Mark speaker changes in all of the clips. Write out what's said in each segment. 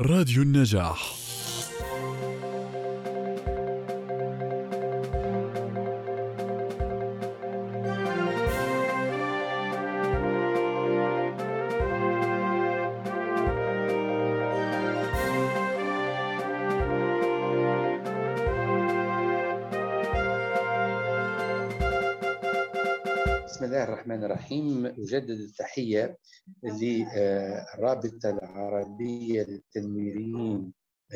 Speaker 1: راديو النجاح.
Speaker 2: بسم الله الرحمن الرحيم. أجدد التحية للرابطة العربية للتنويريين.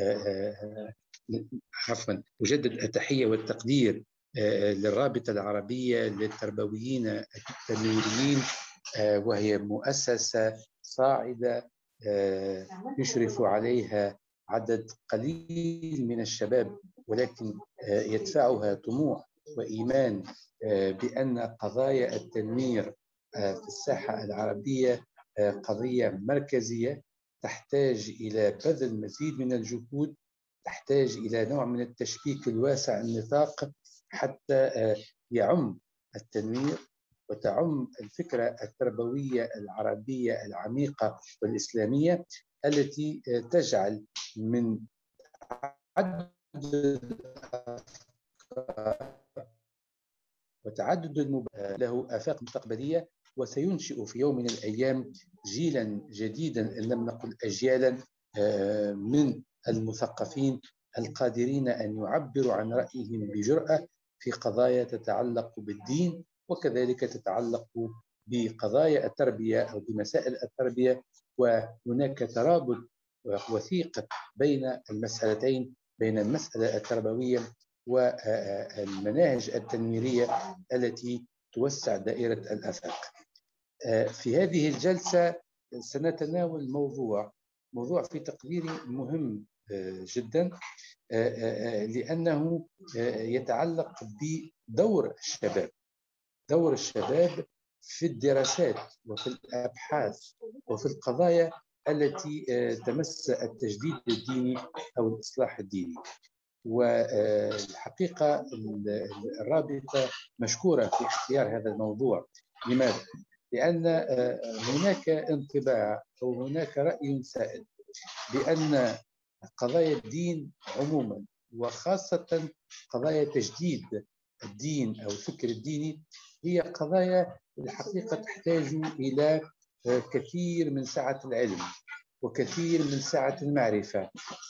Speaker 2: أجدد التحية والتقدير للرابطة العربية للتربويين التنويريين، وهي مؤسسة صاعدة يشرف عليها عدد قليل من الشباب، ولكن يدفعها طموح وإيمان بأن قضايا التنوير في الساحة العربية قضية مركزية تحتاج إلى بذل مزيد من الجهود، تحتاج إلى نوع من التشبيك الواسع النطاق حتى يعم التنوير وتعم الفكرة التربوية العربية العميقة والإسلامية التي تجعل من عدد وتعدد له آفاق مستقبلية، وسينشئ في يوم من الأيام جيلا جديدا إن لم نقل أجيالا من المثقفين القادرين أن يعبروا عن رأيهم بجرأة في قضايا تتعلق بالدين، وكذلك تتعلق بقضايا التربية أو بمسائل التربية. وهناك ترابط وثيق بين المسألتين، بين المسألة التربوية والمناهج التنويرية التي توسع دائرة الآفاق. في هذه الجلسة سنتناول موضوع في تقديري مهم جدا، لأنه يتعلق بدور الشباب في الدراسات وفي الأبحاث وفي القضايا التي تمس التجديد الديني أو الإصلاح الديني. والحقيقة الرابطة مشكورة في اختيار هذا الموضوع. لماذا؟ لأن هناك انطباع أو هناك رأي سائد بأن قضايا الدين عموما، وخاصة قضايا تجديد الدين أو الفكر الديني، هي قضايا الحقيقة تحتاج إلى كثير من سعة العلم وكثير من سعة المعرفة،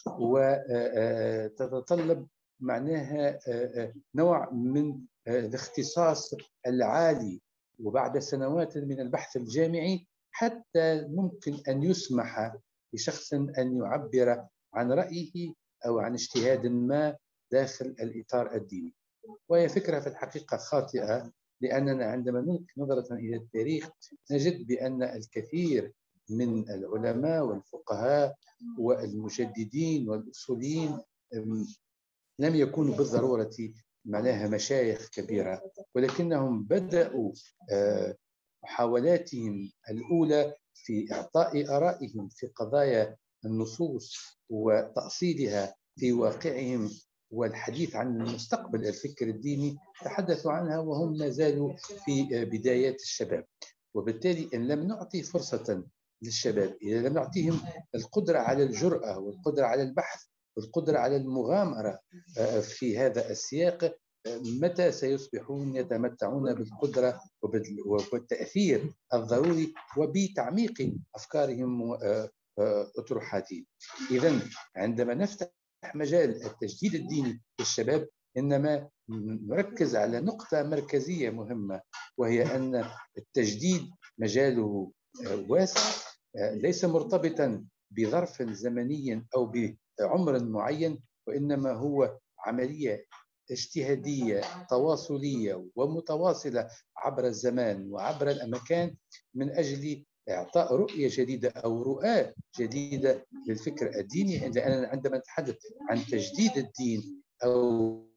Speaker 2: وتتطلب معناها نوع من الاختصاص العالي، وبعد سنوات من البحث الجامعي حتى ممكن أن يسمح لشخص أن يعبر عن رأيه أو عن اجتهاد ما داخل الإطار الديني. وهي فكرة في الحقيقة خاطئة، لأننا عندما نلقي نظرة إلى التاريخ نجد بأن الكثير من العلماء والفقهاء والمجددين والأصوليين لم يكونوا بالضرورة معناها مشايخ كبيرة، ولكنهم بدأوا محاولاتهم الأولى في إعطاء آرائهم في قضايا النصوص وتأصيلها في واقعهم والحديث عن مستقبل الفكر الديني، تحدثوا عنها وهم ما زالوا في بدايات الشباب. وبالتالي إن لم نعطي فرصة للشباب، إذا لم نعطيهم القدرة على الجرأة والقدرة على البحث والقدرة على المغامرة في هذا السياق، متى سيصبحون يتمتعون بالقدرة وبالتأثير الضروري وبتعميق أفكارهم وأطروحاتهم؟ إذن عندما نفتح مجال التجديد الديني للشباب إنما نركز على نقطة مركزية مهمة، وهي أن التجديد مجاله واسع، ليس مرتبطا بظرف زمني أو بعمر معين، وإنما هو عملية اجتهادية تواصلية ومتواصلة عبر الزمان وعبر الأماكن من أجل إعطاء رؤية جديدة أو رؤى جديدة للفكر الديني. لأننا عندما نتحدث عن تجديد الدين أو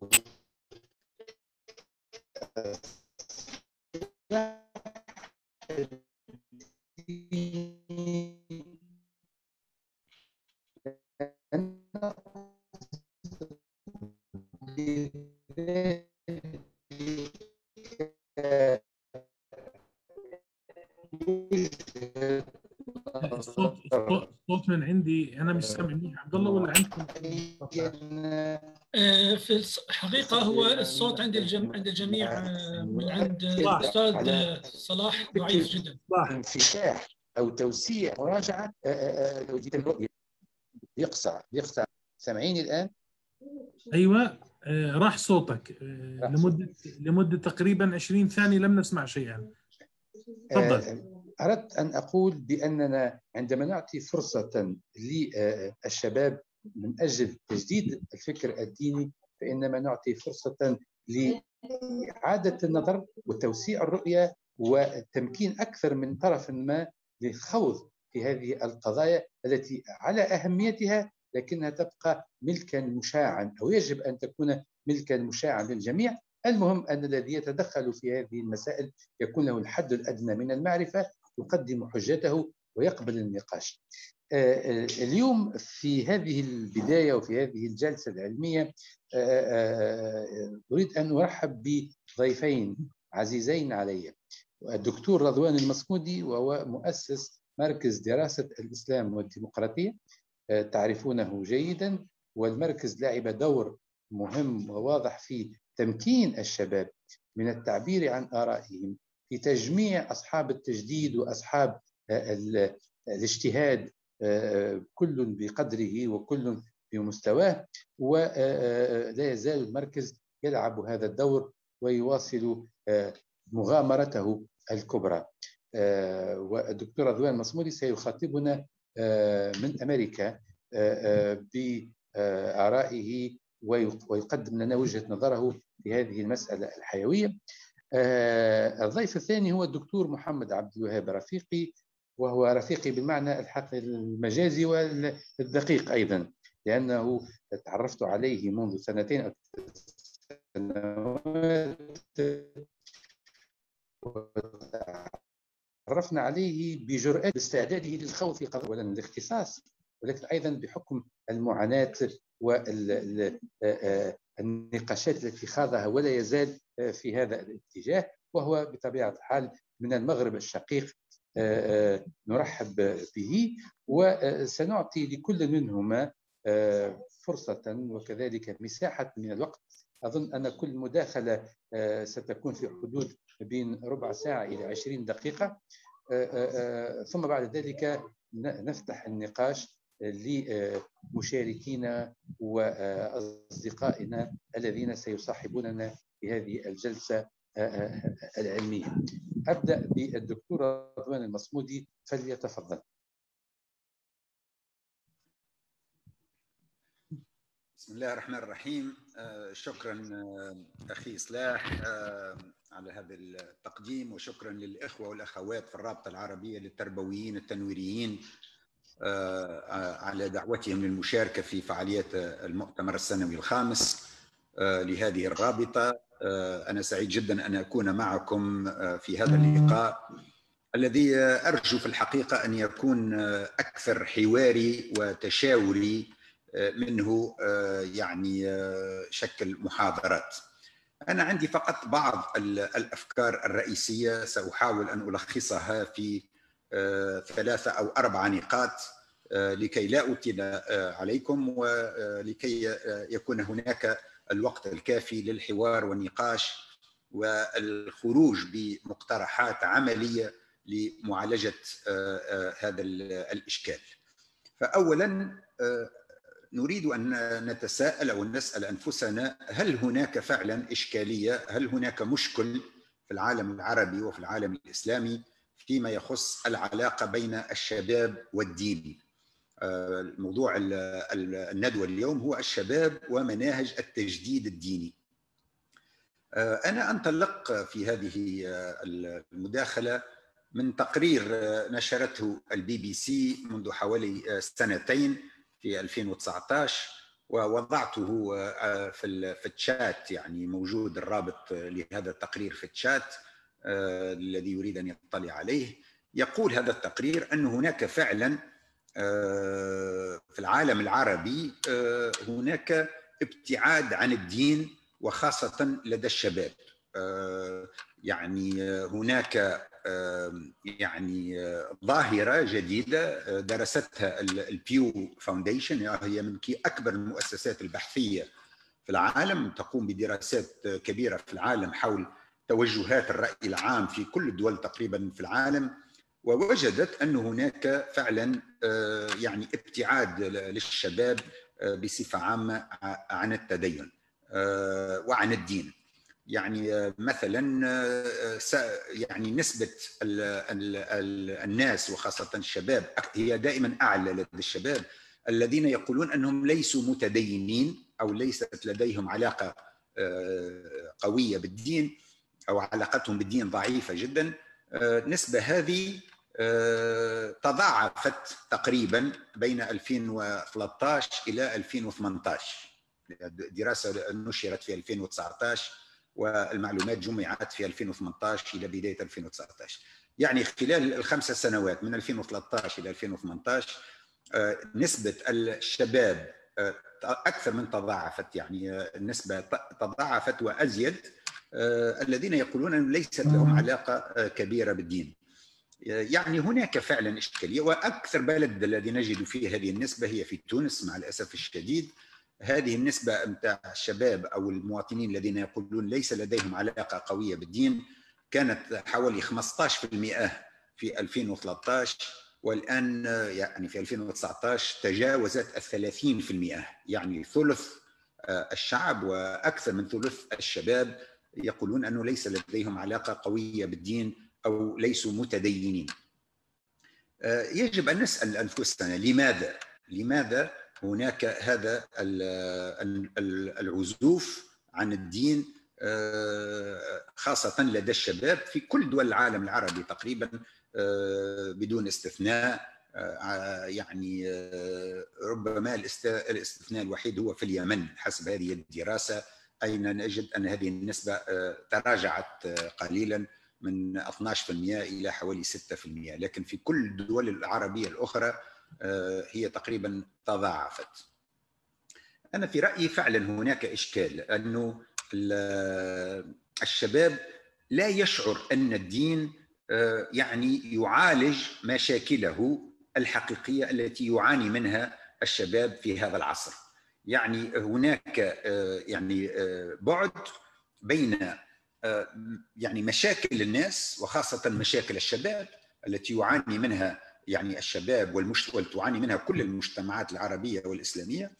Speaker 1: الصوت من عندي انا مش سامع منيح عبد الله، ولا عندكم؟
Speaker 3: في الحقيقة هو الصوت عند الجميع من عند الأستاذ صلاح ضعيف جدا.
Speaker 2: انفتاح أو توسيع مراجعة توجيه الرؤية يقصع. سامعيني الآن؟
Speaker 1: أيوة. راح صوتك لمدة تقريبا 20 ثانية لم نسمع شيئا. تفضل.
Speaker 2: أردت أن أقول بأننا عندما نعطي فرصة للشباب من أجل تجديد الفكر الديني، فإنما نعطي فرصة لإعادة النظر وتوسيع الرؤية والتمكين أكثر من طرف ما للخوض في هذه القضايا التي على أهميتها لكنها تبقى ملكا مشاعا، أو يجب أن تكون ملكا مشاعا للجميع. المهم أن الذي يتدخل في هذه المسائل يكون له الحد الأدنى من المعرفة، يقدم حجته ويقبل النقاش. اليوم في هذه البداية وفي هذه الجلسة العلمية أريد أن أرحب بضيفين عزيزين علي. الدكتور رضوان المصمودي، وهو مؤسس مركز دراسة الإسلام والديمقراطية، تعرفونه جيدا، والمركز لعب دور مهم وواضح في تمكين الشباب من التعبير عن آرائهم، في تجميع أصحاب التجديد وأصحاب الاجتهاد، كل بقدره وكل بمستواه. ولا يزال المركز يلعب هذا الدور ويواصل مغامرته الكبرى. والدكتور رضوان المصمودي سيخاطبنا من أمريكا بآرائه ويقدم لنا وجهة نظره في هذه المسألة الحيوية. الضيف الثاني هو الدكتور محمد عبد الوهاب رفيقي، وهو رفيقي بالمعنى الحقيقي المجازي والدقيق أيضا، لأنه تعرفت عليه منذ 2 أو 3 سنوات، تعرفنا عليه بجرأة استعداده للخوض في قضايا أولا الاختصاص، ولكن أيضا بحكم المعاناة والنقاشات التي خاضها ولا يزال في هذا الاتجاه، وهو بطبيعة الحال من المغرب الشقيق. نرحب به، وسنعطي لكل منهما فرصة وكذلك مساحة من الوقت. أظن أن كل مداخلة ستكون في حدود بين ربع ساعة إلى 20 دقيقة، ثم بعد ذلك نفتح النقاش لمشاركينا وأصدقائنا الذين سيصاحبوننا في هذه الجلسة العلمية. أبدأ بالدكتور رضوان المصمودي، فليتفضل.
Speaker 4: بسم الله الرحمن الرحيم. شكرا أخي صلاح على هذا التقديم، وشكرا للإخوة والأخوات في الرابطة العربية للتربويين التنويريين على دعوتهم للمشاركة في فعاليات المؤتمر السنوي الخامس لهذه الرابطة. أنا سعيد جدا أن أكون معكم في هذا اللقاء الذي أرجو في الحقيقة أن يكون أكثر حواري وتشاوري منه يعني شكل محاضرات. أنا عندي فقط بعض الأفكار الرئيسية سأحاول أن ألخصها في 3 أو 4 نقاط لكي لا أطيل عليكم، ولكي يكون هناك الوقت الكافي للحوار والنقاش والخروج بمقترحات عملية لمعالجة هذا الإشكال. فأولا نريد أن نتساءل أو نسأل أنفسنا، هل هناك فعلا إشكالية، هل هناك مشكل في العالم العربي وفي العالم الإسلامي فيما يخص العلاقة بين الشباب والدين؟ الموضوع الندوة اليوم هو الشباب ومناهج التجديد الديني. أنا أنطلق في هذه المداخلة من تقرير نشرته BBC منذ حوالي 2 في 2019، ووضعته في الشات، يعني موجود الرابط لهذا التقرير في الشات الذي يريد أن يطلع عليه. يقول هذا التقرير أن هناك فعلا في العالم العربي هناك ابتعاد عن الدين، وخاصة لدى الشباب. يعني هناك يعني ظاهرة جديدة درستها البيو فاونديشن، هي من أكبر المؤسسات البحثية في العالم، تقوم بدراسات كبيرة في العالم حول توجهات الرأي العام في كل الدول تقريبا في العالم، ووجدت أن هناك فعلا يعني ابتعاد للشباب بصفة عامة عن التدين وعن الدين. يعني مثلا يعني نسبة الناس وخاصة الشباب هي دائما أعلى لدى الشباب الذين يقولون أنهم ليسوا متدينين أو ليست لديهم علاقة قوية بالدين أو علاقتهم بالدين ضعيفة جدا. النسبة هذه تضاعفت تقريبا بين 2013 إلى 2018. دراسة نشرت في 2019 والمعلومات جمعت في 2018 إلى بداية 2019. يعني خلال ال5 سنوات من 2013 إلى 2018 نسبة الشباب أكثر من تضاعفت، يعني النسبة تضاعفت وأزيد الذين يقولون أن ليست لهم علاقة كبيرة بالدين. يعني هناك فعلا إشكالية، وأكثر بلد الذي نجد فيه هذه النسبة هي في تونس مع الأسف الشديد. هذه النسبة متاع الشباب أو المواطنين الذين يقولون ليس لديهم علاقة قوية بالدين كانت حوالي 15% في 2013، والآن يعني في 2019 تجاوزت 30%، يعني ثلث الشعب وأكثر من ثلث الشباب يقولون أنه ليس لديهم علاقة قوية بالدين أو ليسوا متدينين. يجب أن نسأل أنفسنا لماذا هناك هذا العزوف عن الدين خاصة لدى الشباب في كل دول العالم العربي تقريبا بدون استثناء. يعني ربما الاستثناء الوحيد هو في اليمن حسب هذه الدراسة، أين نجد أن هذه النسبة تراجعت قليلا من 12% إلى حوالي 6%، لكن في كل الدول العربية الأخرى هي تقريبا تضاعفت. أنا في رأيي فعلا هناك إشكال، أنه الشباب لا يشعر أن الدين يعني يعالج مشاكله الحقيقية التي يعاني منها الشباب في هذا العصر. يعني هناك يعني بعد بين يعني مشاكل الناس وخاصة مشاكل الشباب التي يعاني منها يعني الشباب وتعاني منها كل المجتمعات العربية والإسلامية،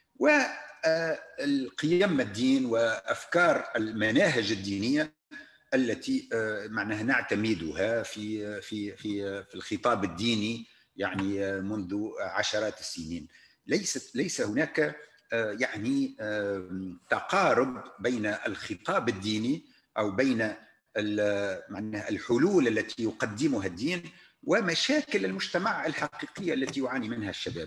Speaker 4: والقيم الدين وأفكار المناهج الدينية التي معناها نعتمدها في الخطاب الديني يعني منذ عشرات السنين. ليس هناك يعني تقارب بين الخطاب الديني أو بين معناها الحلول التي يقدمها الدين ومشاكل المجتمع الحقيقية التي يعاني منها الشباب.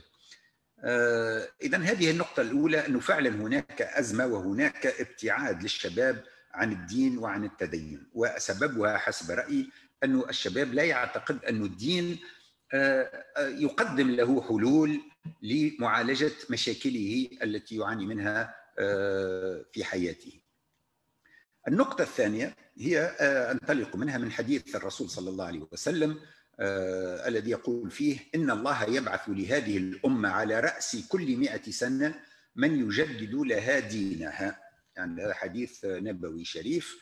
Speaker 4: إذن هذه النقطة الأولى، أنه فعلا هناك أزمة وهناك ابتعاد للشباب عن الدين وعن التدين، وسببها حسب رأيي أنه الشباب لا يعتقد أن الدين يقدم له حلول لمعالجة مشاكله التي يعاني منها في حياته. النقطة الثانية هي أنطلق منها من حديث الرسول صلى الله عليه وسلم الذي يقول فيه: إن الله يبعث لهذه الأمة على رأس كل 100 سنة من يجدد لها دينها. يعني هذا حديث نبوي شريف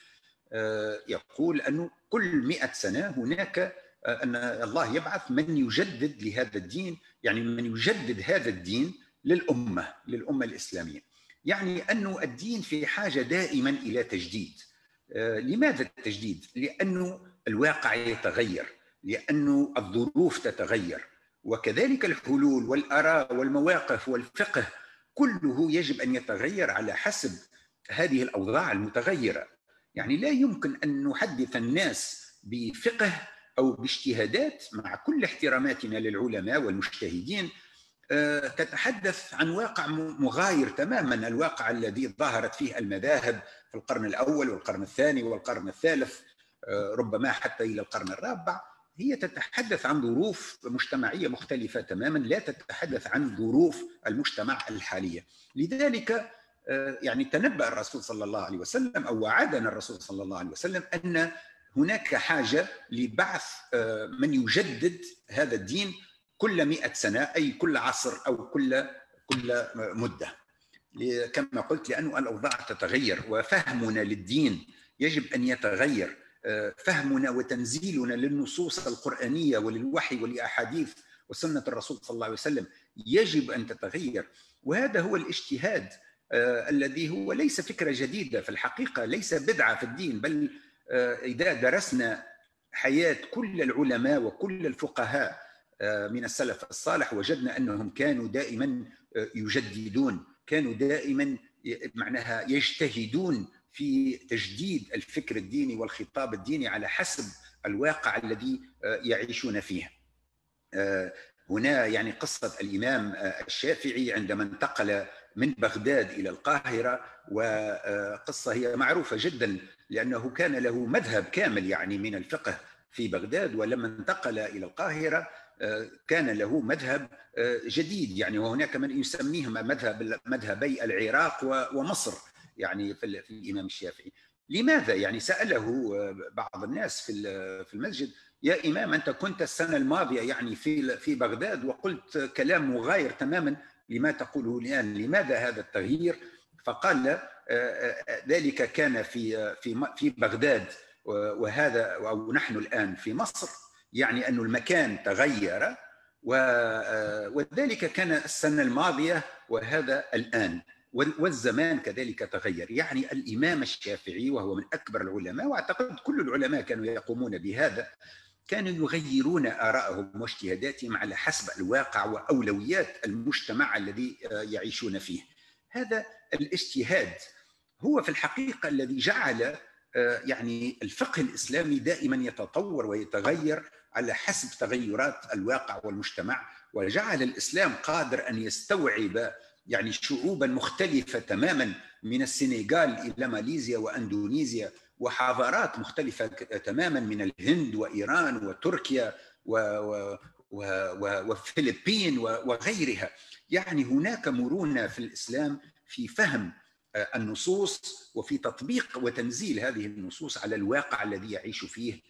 Speaker 4: يقول أنه كل 100 سنة هناك أن الله يبعث من يجدد لهذا الدين، يعني من يجدد هذا الدين للأمة الإسلامية. يعني أنه الدين في حاجة دائما إلى تجديد. لماذا التجديد؟ لأنه الواقع يتغير، لأنه الظروف تتغير، وكذلك الحلول والآراء والمواقف والفقه كله يجب أن يتغير على حسب هذه الأوضاع المتغيرة. يعني لا يمكن أن نحدث الناس بفقه أو باجتهادات مع كل احتراماتنا للعلماء والمجتهدين تتحدث عن واقع مغاير تماما، الواقع الذي ظهرت فيه المذاهب في القرن الأول والقرن الثاني والقرن الثالث ربما حتى إلى القرن الرابع. هي تتحدث عن ظروف مجتمعية مختلفة تماما، لا تتحدث عن ظروف المجتمع الحالية. لذلك يعني تنبأ الرسول صلى الله عليه وسلم أو وعدنا الرسول صلى الله عليه وسلم أن هناك حاجة لبعث من يجدد هذا الدين كل 100 سنة، أي كل عصر أو كل مدة، كما قلت، لأن الأوضاع تتغير وفهمنا للدين يجب أن يتغير. فهمنا وتنزيلنا للنصوص القرآنية وللوحي ولأحاديث وسنة الرسول صلى الله عليه وسلم يجب أن تتغير. وهذا هو الاجتهاد الذي هو ليس فكرة جديدة في الحقيقة، ليس بدعة في الدين، بل إذا درسنا حياة كل العلماء وكل الفقهاء من السلف الصالح وجدنا أنهم كانوا دائما يجددون، كانوا دائما معناها يجتهدون في تجديد الفكر الديني والخطاب الديني على حسب الواقع الذي يعيشون فيه. هنا يعني قصة الإمام الشافعي عندما انتقل من بغداد إلى القاهرة، وقصة هي معروفة جدا لأنه كان له مذهب كامل يعني من الفقه في بغداد، ولما انتقل إلى القاهرة كان له مذهب جديد يعني، وهناك من يسميهم مذهبي العراق ومصر يعني في الإمام الشافعي. لماذا؟ يعني سأله بعض الناس في المسجد: يا إمام أنت كنت السنة الماضية يعني في بغداد وقلت كلام مغاير تماما لما تقوله الآن، لماذا هذا التغيير؟ فقال: ذلك كان في بغداد، وهذا أو نحن الآن في مصر، يعني أن المكان تغير، وذلك كان السنة الماضية وهذا الآن، والزمان كذلك تغير. يعني الإمام الشافعي وهو من أكبر العلماء، وأعتقد كل العلماء كانوا يقومون بهذا، كانوا يغيرون آراءهم واجتهاداتهم على حسب الواقع وأولويات المجتمع الذي يعيشون فيه. هذا الاجتهاد هو في الحقيقة الذي جعل يعني الفقه الإسلامي دائما يتطور ويتغير على حسب تغيرات الواقع والمجتمع، وجعل الإسلام قادر أن يستوعب يعني شعوبا مختلفة تماما من السنغال إلى ماليزيا وأندونيسيا، وحضارات مختلفة تماما من الهند وإيران وتركيا والفلبين وغيرها. يعني هناك مرونة في الإسلام في فهم النصوص وفي تطبيق وتنزيل هذه النصوص على الواقع الذي يعيش فيه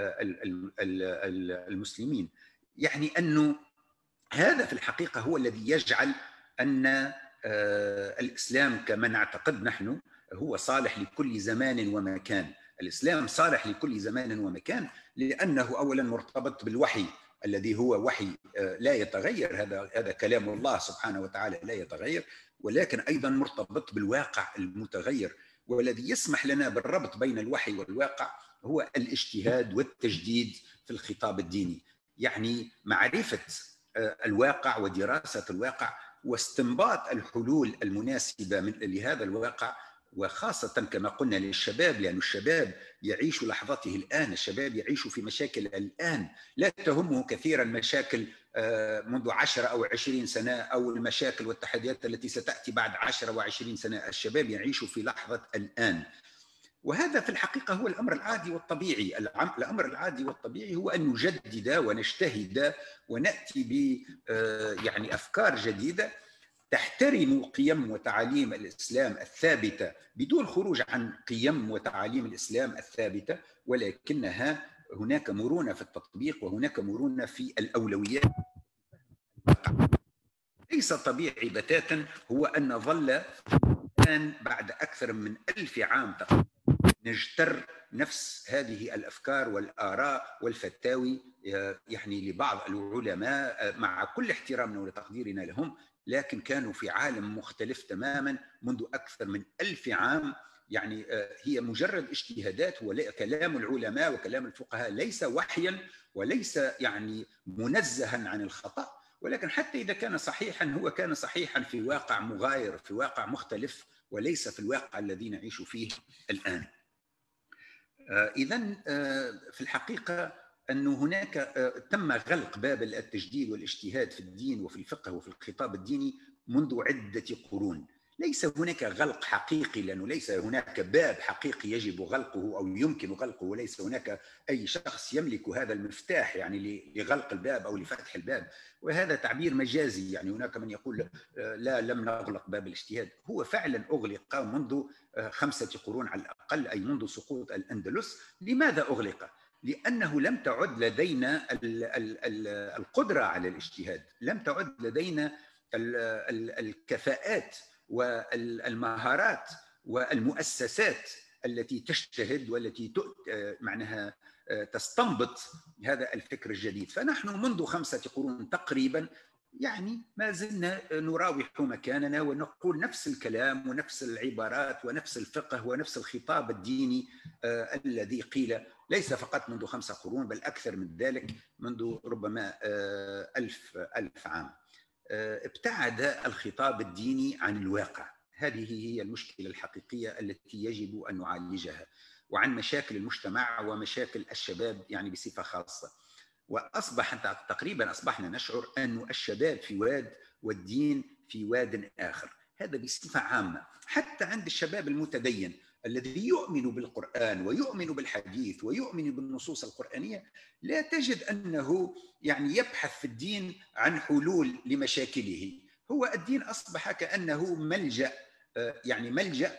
Speaker 4: المسلمين. يعني أنه هذا في الحقيقة هو الذي يجعل أن الإسلام كما نعتقد نحن هو صالح لكل زمان ومكان. الإسلام صالح لكل زمان ومكان لأنه أولا مرتبط بالوحي الذي هو وحي لا يتغير، هذا كلام الله سبحانه وتعالى لا يتغير، ولكن أيضا مرتبط بالواقع المتغير. والذي يسمح لنا بالربط بين الوحي والواقع هو الاجتهاد والتجديد في الخطاب الديني، يعني معرفة الواقع ودراسة الواقع واستنباط الحلول المناسبة لهذا الواقع، وخاصة كما قلنا للشباب، لأن الشباب يعيش لحظته الآن، الشباب يعيش في مشاكل الآن، لا تهمه كثيرا مشاكل منذ 10 أو 20 سنة أو المشاكل والتحديات التي ستأتي بعد 10 و20 سنة. الشباب يعيش في لحظة الآن، وهذا في الحقيقة هو الأمر العادي والطبيعي. الأمر العادي والطبيعي هو أن نجدد ونجتهد ونأتي ب يعني أفكار جديدة تحترم قيم وتعاليم الإسلام الثابتة بدون خروج عن قيم وتعاليم الإسلام الثابتة، ولكنها هناك مرونة في التطبيق وهناك مرونة في الأولويات. ليس طبيعي بتاتا هو أن نظل الآن بعد أكثر من 1000 عام نجتر نفس هذه الأفكار والآراء والفتاوي يعني لبعض العلماء، مع كل احترامنا وتقديرنا لهم، لكن كانوا في عالم مختلف تماما منذ أكثر من 1000 عام. يعني هي مجرد اجتهادات، هو كلام العلماء وكلام الفقهاء ليس وحيا وليس يعني منزها عن الخطأ، ولكن حتى إذا كان صحيحا هو كان صحيحا في واقع مغاير، في واقع مختلف، وليس في الواقع الذي نعيش فيه الآن. إذن في الحقيقة أن هناك تم غلق باب التجديد والاجتهاد في الدين وفي الفقه وفي الخطاب الديني منذ عدة قرون، ليس هناك غلق حقيقي، لأنه ليس هناك باب حقيقي يجب غلقه أو يمكن غلقه، وليس هناك أي شخص يملك هذا المفتاح يعني لغلق الباب أو لفتح الباب، وهذا تعبير مجازي. يعني هناك من يقول لا لم نغلق باب الاجتهاد، هو فعلا أغلق منذ 5 قرون على الأقل، أي منذ سقوط الأندلس. لماذا أغلق؟ لأنه لم تعد لدينا القدرة على الاجتهاد، لم تعد لدينا الكفاءات والمهارات والمؤسسات التي تجتهد والتي معناها تستنبط هذا الفكر الجديد. فنحن منذ 5 قرون تقريبا يعني ما زلنا نراوح مكاننا ونقول نفس الكلام ونفس العبارات ونفس الفقه ونفس الخطاب الديني الذي قيل ليس فقط منذ 5 قرون بل أكثر من ذلك، منذ ربما 1000 عام. ابتعد الخطاب الديني عن الواقع. هذه هي المشكلة الحقيقية التي يجب أن نعالجها، وعن مشاكل المجتمع ومشاكل الشباب يعني بصفة خاصة. وأصبح تقريبا أصبحنا نشعر أن الشباب في واد والدين في واد آخر. هذا بصفة عامة، حتى عند الشباب المتدين الذي يؤمن بالقرآن ويؤمن بالحديث ويؤمن بالنصوص القرآنية، لا تجد أنه يعني يبحث في الدين عن حلول لمشاكله. هو الدين أصبح كأنه ملجأ، يعني ملجأ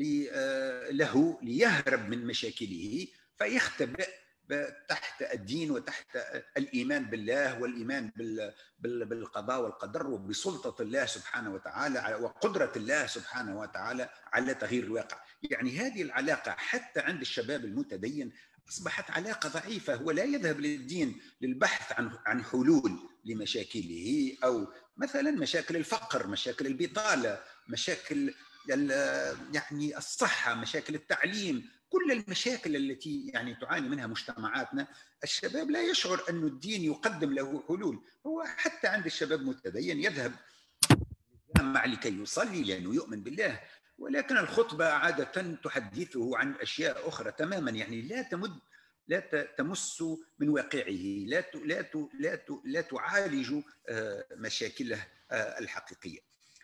Speaker 4: له ليهرب من مشاكله، فيختبئ تحت الدين وتحت الإيمان بالله والإيمان بالقضاء والقدر وبسلطة الله سبحانه وتعالى وقدرة الله سبحانه وتعالى على تغيير الواقع. يعني هذه العلاقة حتى عند الشباب المتدين أصبحت علاقة ضعيفة. هو لا يذهب للدين للبحث عن حلول لمشاكله، أو مثلا مشاكل الفقر، مشاكل البطالة، مشاكل يعني الصحة، مشاكل التعليم، كل المشاكل التي يعني تعاني منها مجتمعاتنا. الشباب لا يشعر أن الدين يقدم له حلول. هو حتى عند الشباب المتدين يذهب للجامع لكي يصلي لأنه يؤمن بالله، ولكن الخطبة عادة تحدثه عن أشياء أخرى تماما، يعني لا تمس من واقعه، لا تعالج مشاكله الحقيقية.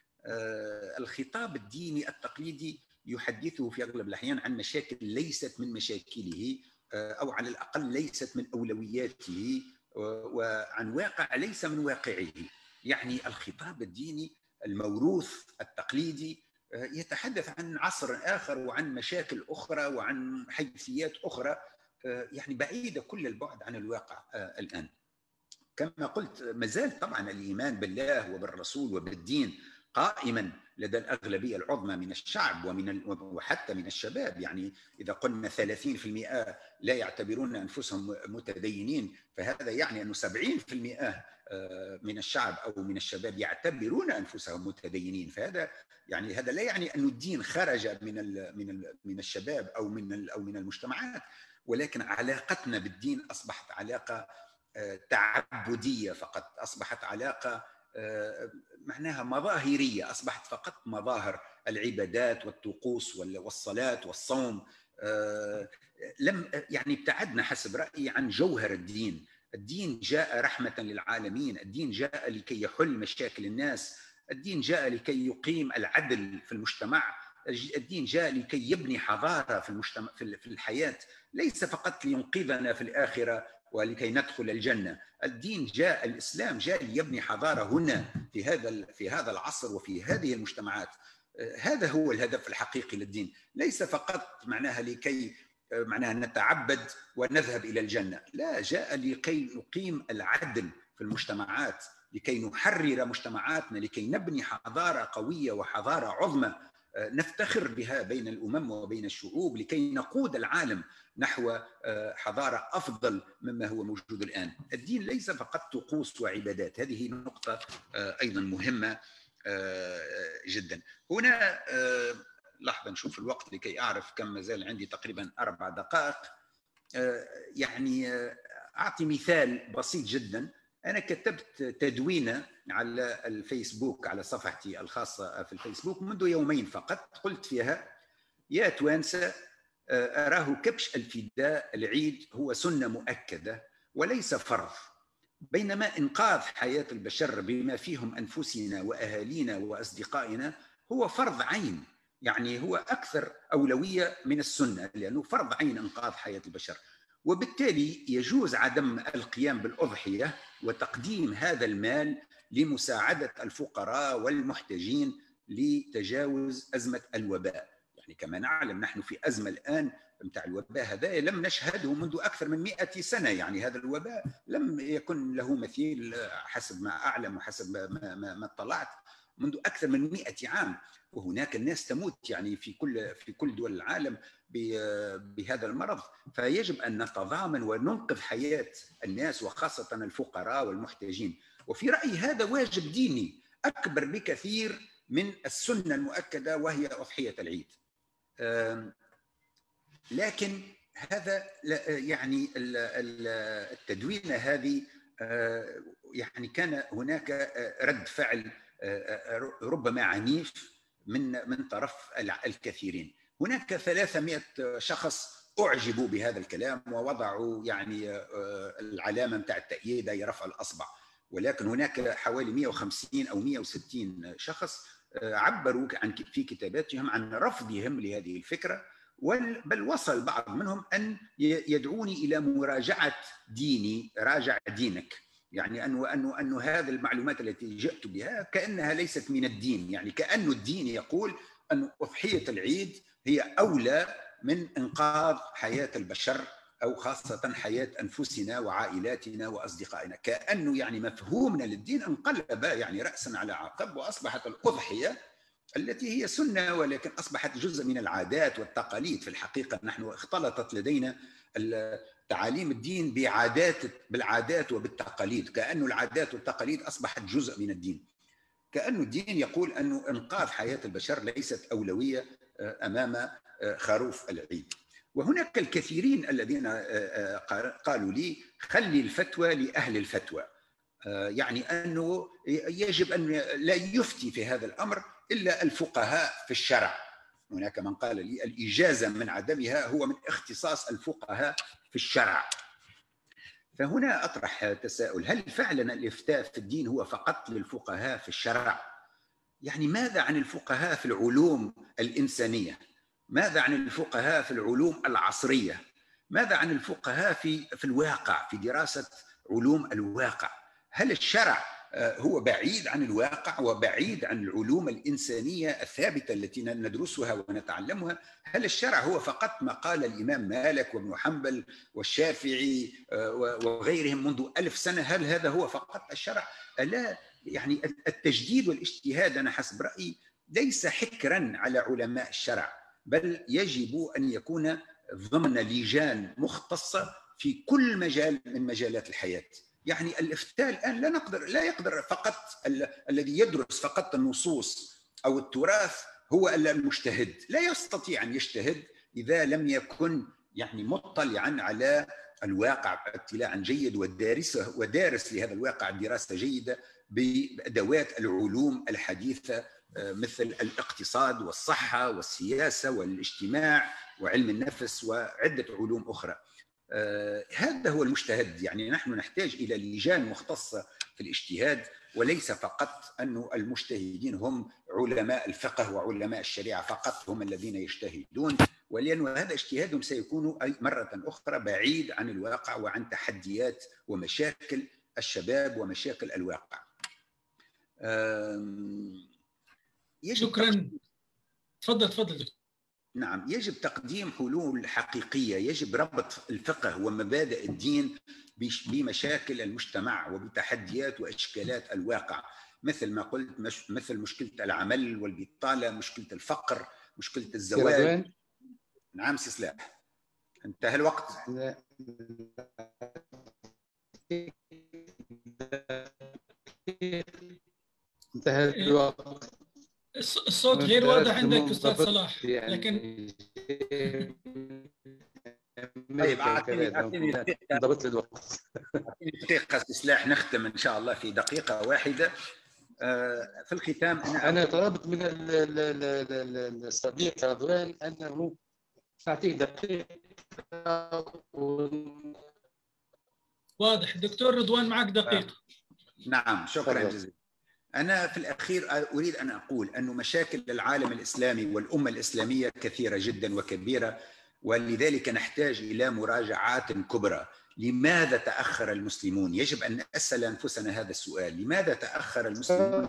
Speaker 4: الخطاب الديني التقليدي يحدثه في أغلب الأحيان عن مشاكل ليست من مشاكله، أو على الأقل ليست من أولوياته، وعن واقع ليس من واقعه. يعني الخطاب الديني الموروث التقليدي يتحدث عن عصر آخر وعن مشاكل أخرى وعن حيثيات أخرى يعني بعيدة كل البعد عن الواقع الآن. كما قلت مازال طبعا الإيمان بالله وبالرسول وبالدين قائما لدى الأغلبية العظمى من الشعب وحتى من الشباب. يعني إذا قلنا 30% لا يعتبرون أنفسهم متدينين، فهذا يعني أنه 70% من الشعب أو من الشباب يعتبرون أنفسهم متدينين. فهذا يعني هذا لا يعني أن الدين خرج من الشباب أو من المجتمعات، ولكن علاقتنا بالدين أصبحت علاقة تعبدية فقط، أصبحت علاقة معناها مظاهرية، أصبحت فقط مظاهر العبادات والطقوس والصلاة والصوم. لم يعني ابتعدنا حسب رأيي عن جوهر الدين. الدين جاء رحمة للعالمين، الدين جاء لكي يحل مشاكل الناس، الدين جاء لكي يقيم العدل في المجتمع، الدين جاء لكي يبني حضارة في المجتمع في الحياة، ليس فقط لينقذنا في الآخرة ولكي ندخل الجنة. الدين جاء، الإسلام جاء ليبني حضارة هنا في هذا العصر وفي هذه المجتمعات. هذا هو الهدف الحقيقي للدين، ليس فقط معناها لكي نتعبد ونذهب إلى الجنة، لا، جاء لكي نقيم العدل في المجتمعات، لكي نحرر مجتمعاتنا، لكي نبني حضارة قوية وحضارة عظمى نفتخر بها بين الأمم وبين الشعوب، لكي نقود العالم نحو حضارة أفضل مما هو موجود الآن. الدين ليس فقط طقوس وعبادات، هذه نقطة أيضا مهمة جدا. هنا لحظة نشوف الوقت لكي أعرف كم مازال عندي، تقريبا 4 دقائق. يعني أعطي مثال بسيط جدا. أنا كتبت تدوينة على الفيسبوك، على صفحتي الخاصة في الفيسبوك منذ يومين فقط، قلت فيها: يا توانسة، أراه كبش الفداء العيد هو سنة مؤكدة وليس فرض، بينما إنقاذ حياة البشر بما فيهم أنفسنا وأهالينا وأصدقائنا هو فرض عين، يعني هو أكثر أولوية من السنة، لأنه فرض عين إنقاذ حياة البشر. وبالتالي يجوز عدم القيام بالأضحية وتقديم هذا المال لمساعدة الفقراء والمحتاجين لتجاوز أزمة الوباء. يعني كما نعلم نحن في أزمة الآن متاع الوباء هذا لم نشهده منذ أكثر من 100 سنة. يعني هذا الوباء لم يكن له مثيل حسب ما أعلم وحسب ما اطلعت منذ أكثر من 100 عام. وهناك الناس تموت يعني في كل دول العالم بهذا المرض. فيجب أن نتضامن وننقذ حياة الناس وخاصة الفقراء والمحتاجين. وفي رأيي هذا واجب ديني أكبر بكثير من السنة المؤكدة وهي أضحية العيد. لكن هذا يعني التدوينة هذه يعني كان هناك رد فعل ربما عنيف من طرف الكثيرين. هناك 300 شخص أعجبوا بهذا الكلام ووضعوا يعني العلامة متاع التأييد هي رفع الأصبع، ولكن هناك حوالي 150 أو 160 شخص عبروا في كتاباتهم عن رفضهم لهذه الفكرة، بل وصل بعض منهم أن يدعوني إلى مراجعة ديني. راجع دينك، يعني أنه هذه المعلومات التي جئت بها كأنها ليست من الدين، يعني كأن الدين يقول أن أضحية العيد هي أولى من إنقاذ حياة البشر أو خاصة حياة أنفسنا وعائلاتنا وأصدقائنا. كأنه يعني مفهومنا للدين انقلب يعني رأسا على عقب، وأصبحت الأضحية التي هي سنة ولكن أصبحت جزء من العادات والتقاليد. في الحقيقة نحن اختلطت لدينا تعاليم الدين بالعادات وبالتقاليد، كأن العادات والتقاليد أصبحت جزء من الدين، كأن الدين يقول أن إنقاذ حياة البشر ليست أولوية أمام خروف العيد. وهناك الكثيرين الذين قالوا لي خلي الفتوى لأهل الفتوى، يعني أنه يجب أن لا يفتي في هذا الأمر إلا الفقهاء في الشرع. هناك من قال لي الإجازة من عدمها هو من اختصاص الفقهاء في الشرع. فهنا أطرح تساؤل: هل فعلا الإفتاء في الدين هو فقط للفقهاء في الشرع؟ يعني ماذا عن الفقهاء في العلوم الإنسانية؟ ماذا عن الفقهاء في العلوم العصرية؟ ماذا عن الفقهاء في الواقع، في دراسة علوم الواقع؟ هل الشرع هو بعيد عن الواقع وبعيد عن العلوم الإنسانية الثابتة التي ندرسها ونتعلمها؟ هل الشرع هو فقط ما قال الإمام مالك وابن حنبل والشافعي وغيرهم منذ 1000 سنة؟ هل هذا هو فقط الشرع؟ لا، يعني التجديد والاجتهاد أنا حسب رأيي ليس حكرا على علماء الشرع، بل يجب أن يكون ضمن لجان مختصة في كل مجال من مجالات الحياة. يعني الإفتاء الآن لا يقدر فقط الذي يدرس فقط النصوص أو التراث هو المجتهد. لا يستطيع أن يجتهد إذا لم يكن يعني مطلعا على الواقع اطلاعا جيد ودارس لهذا الواقع دراسة جيدة بأدوات العلوم الحديثة مثل الاقتصاد والصحة والسياسة والاجتماع وعلم النفس وعدة علوم أخرى. هذا هو المجتهد. يعني نحن نحتاج إلى لجان مختصة في الاجتهاد، وليس فقط أن المجتهدين هم علماء الفقه وعلماء الشريعة فقط هم الذين يجتهدون، ولأن هذا اجتهادهم سيكون مرة أخرى بعيد عن الواقع وعن تحديات ومشاكل الشباب ومشاكل الواقع.
Speaker 3: شكرا. تفضل.
Speaker 4: نعم، يجب تقديم حلول حقيقية، يجب ربط الفقه ومبادئ الدين بمشاكل المجتمع وبتحديات وإشكالات الواقع، مثل ما قلت، مثل مشكلة العمل والبطالة، مشكلة الفقر، مشكلة الزواج. نعم سي سلاح، انتهى الوقت.
Speaker 2: انتهى الوقت.
Speaker 3: الصوت غير واضح عندك أستاذ صلاح، لكن
Speaker 4: طيب أعطيني
Speaker 2: ضبط الوقت.
Speaker 4: دقيقة سلاح، نختم إن شاء الله في دقيقة واحدة. في الختام
Speaker 2: أنا طلبت من الصديق رضوان أنه أعطيه دقيقة
Speaker 3: واضح. دكتور رضوان معك دقيقة.
Speaker 4: نعم، شكرا جزيلا. أنا في الأخير أريد أن أقول أن مشاكل العالم الإسلامي والأمة الإسلامية كثيرة جدا وكبيرة، ولذلك نحتاج إلى مراجعات كبرى. لماذا تأخر المسلمون؟ يجب أن نسأل أنفسنا هذا السؤال: لماذا تأخر المسلمون؟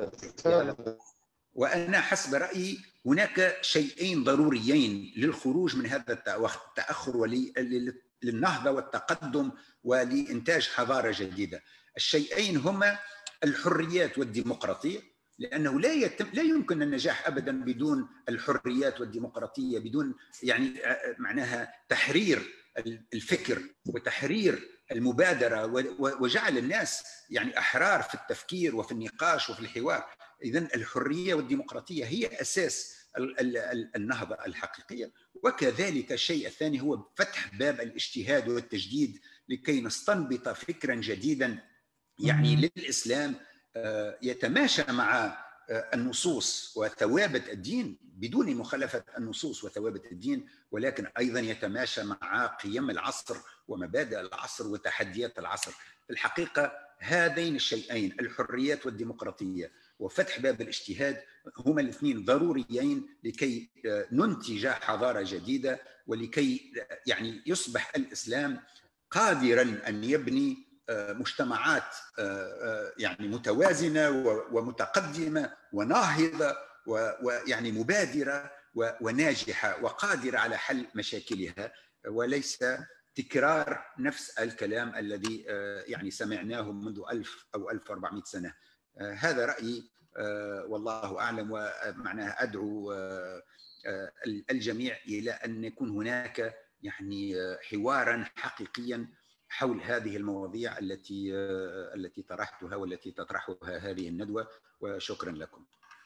Speaker 4: وأنا حسب رأيي هناك شيئين ضروريين للخروج من هذا التأخر وللنهضة والتقدم ولإنتاج حضارة جديدة. الشيئين هما الحريات والديمقراطية، لأنه لا يمكن النجاح أبدا بدون الحريات والديمقراطية، بدون يعني معناها تحرير الفكر وتحرير المبادرة وجعل الناس يعني أحرار في التفكير وفي النقاش وفي الحوار. إذن الحرية والديمقراطية هي أساس النهضة الحقيقية. وكذلك الشيء الثاني هو فتح باب الاجتهاد والتجديد لكي نستنبط فكرا جديدا يعني للإسلام يتماشى مع النصوص وثوابت الدين بدون مخالفة النصوص وثوابت الدين، ولكن أيضا يتماشى مع قيم العصر ومبادئ العصر وتحديات العصر. في الحقيقة هذين الشيئين، الحريات والديمقراطية وفتح باب الاجتهاد، هما الاثنين ضروريين لكي ننتج حضارة جديدة، ولكي يعني يصبح الإسلام قادرا أن يبني مجتمعات يعني متوازنة ومتقدمة وناهضة ويعني مبادرة وناجحة وقادرة على حل مشاكلها، وليس تكرار نفس الكلام الذي يعني سمعناه منذ 1000 أو 1400 سنة. هذا رأيي والله أعلم. ومعناها أدعو الجميع إلى أن يكون هناك يعني حوارا حقيقيا حول هذه المواضيع التي طرحتها والتي تطرحها هذه الندوة. وشكرا لكم.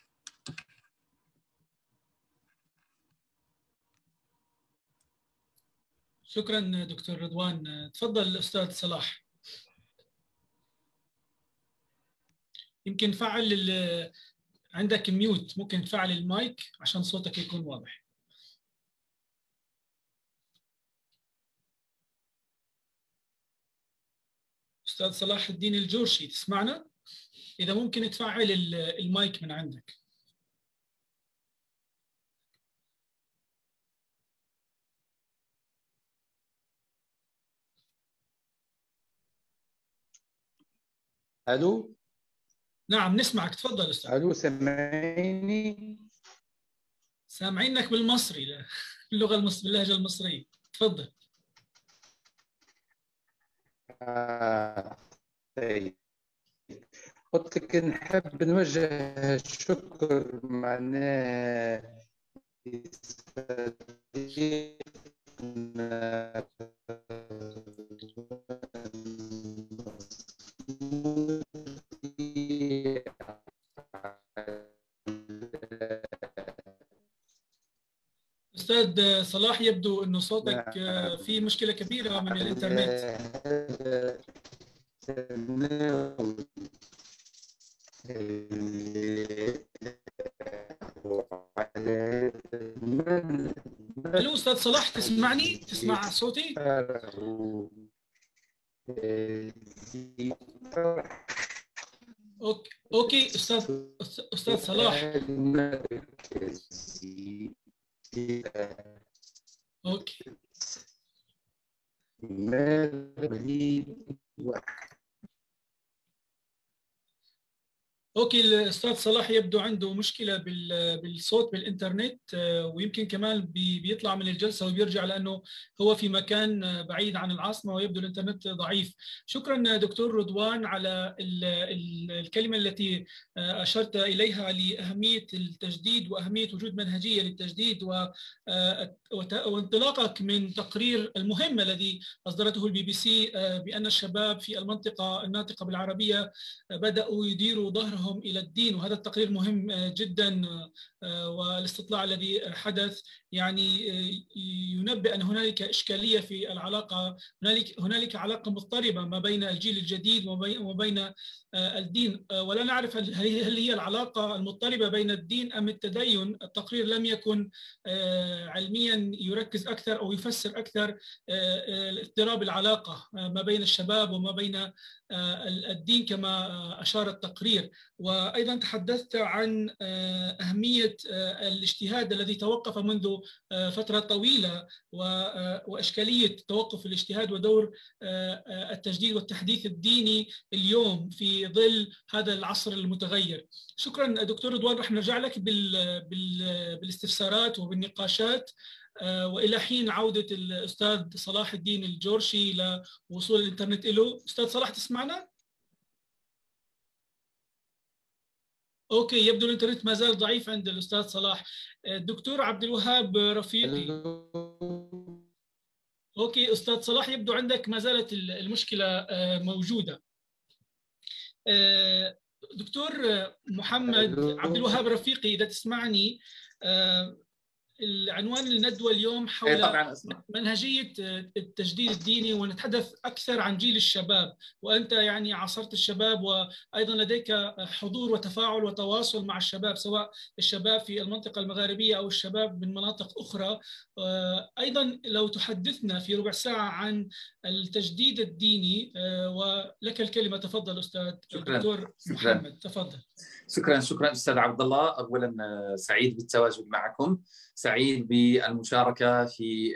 Speaker 3: شكرا دكتور رضوان. تفضل أستاذ صلاح. يمكن فعل عندك ميوت، ممكن تفعل المايك عشان صوتك يكون واضح. أستاذ صلاح الدين الجورشي، تسمعنا؟ إذا ممكن تفعل المايك من عندك.
Speaker 2: ألو؟
Speaker 3: نعم نسمعك، تفضل أستاذ.
Speaker 2: ألو، سامعيني؟
Speaker 3: سامعينك بالمصري، باللغة باللهجة المصرية، تفضل.
Speaker 2: طيب، قلت لك نحب نوجه الشكر معناه
Speaker 3: أستاذ صلاح، يبدو أنه صوتك في مشكلة كبيرة من الإنترنت. ألو أستاذ صلاح، تسمعني؟ تسمع صوتي؟ أوكي أستاذ صلاح. أوكي. اوكي، الاستاذ صلاح يبدو عنده مشكله بالصوت بالانترنت، ويمكن كمان بيطلع من الجلسه وبيرجع لانه هو في مكان بعيد عن العاصمه ويبدو الانترنت ضعيف. شكرا دكتور رضوان على الكلمه التي اشرت اليها لاهميه التجديد واهميه وجود منهجيه للتجديد وانطلاقك من تقرير المهم الذي اصدرته BBC بان الشباب في المنطقه الناطقه بالعربيه بداوا يديروا ظهرهم إلى الدين، وهذا التقرير مهم جدا. والاستطلاع الذي حدث يعني ينبئ أن هنالك إشكالية في العلاقة، هنالك علاقة مضطربة ما بين الجيل الجديد وما بين الدين، ولا نعرف هل هي العلاقة المضطربة بين الدين أم التدين. التقرير لم يكن علميا يركز أكثر أو يفسر أكثر اضطراب العلاقة ما بين الشباب وما بين الدين كما أشار التقرير. وأيضا تحدثت عن أهمية الاجتهاد الذي توقف منذ فترة طويلة وإشكالية توقف الاجتهاد ودور التجديد والتحديث الديني اليوم في ظل هذا العصر المتغير. شكرا دكتور رضوان، رح نرجع لك بالاستفسارات وبالنقاشات، وإلى حين عودة الأستاذ صلاح الدين الجورشي لوصول الإنترنت له. أستاذ صلاح تسمعنا؟ اوكي، يبدو الانترنت ما زال ضعيف عند الاستاذ صلاح. الدكتور عبد الوهاب رفيقي. اوكي استاذ صلاح، يبدو عندك ما زالت المشكله موجوده. دكتور محمد عبد الوهاب رفيقي، اذا تسمعني، العنوان الندوة اليوم حول منهجية التجديد الديني، ونتحدث أكثر عن جيل الشباب، وأنت يعني عاصرت الشباب وأيضا لديك حضور وتفاعل وتواصل مع الشباب، سواء الشباب في المنطقة المغاربية أو الشباب من مناطق أخرى. أيضا لو تحدثنا في ربع ساعة عن التجديد الديني، ولك الكلمة. تفضل أستاذ الدكتور محمد، تفضل.
Speaker 5: شكرا أستاذ عبد الله. أولا سعيد بالتواجد معكم، سعيد بالمشاركة في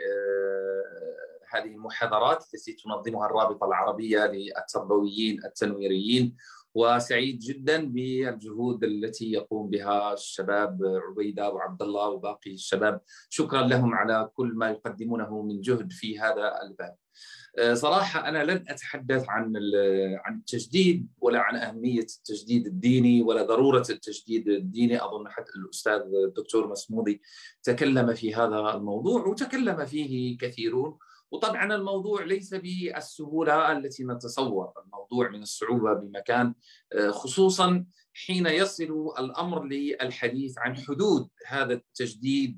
Speaker 5: هذه المحاضرات التي تنظمها الرابطة العربية للتربويين التنويريين، وسعيد جدا بالجهود التي يقوم بها الشباب عبيدة وعبد الله وباقي الشباب. شكرا لهم على كل ما يقدمونه من جهد في هذا الباب. صراحة أنا لن أتحدث عن التجديد ولا عن أهمية التجديد الديني ولا ضرورة التجديد الديني. أظن حتى الأستاذ الدكتور مسمودي تكلم في هذا الموضوع وتكلم فيه كثيرون، وطبعا الموضوع ليس بالسهولة التي نتصور، الموضوع من الصعوبة بمكان، خصوصا حين يصل الأمر للحديث عن حدود هذا التجديد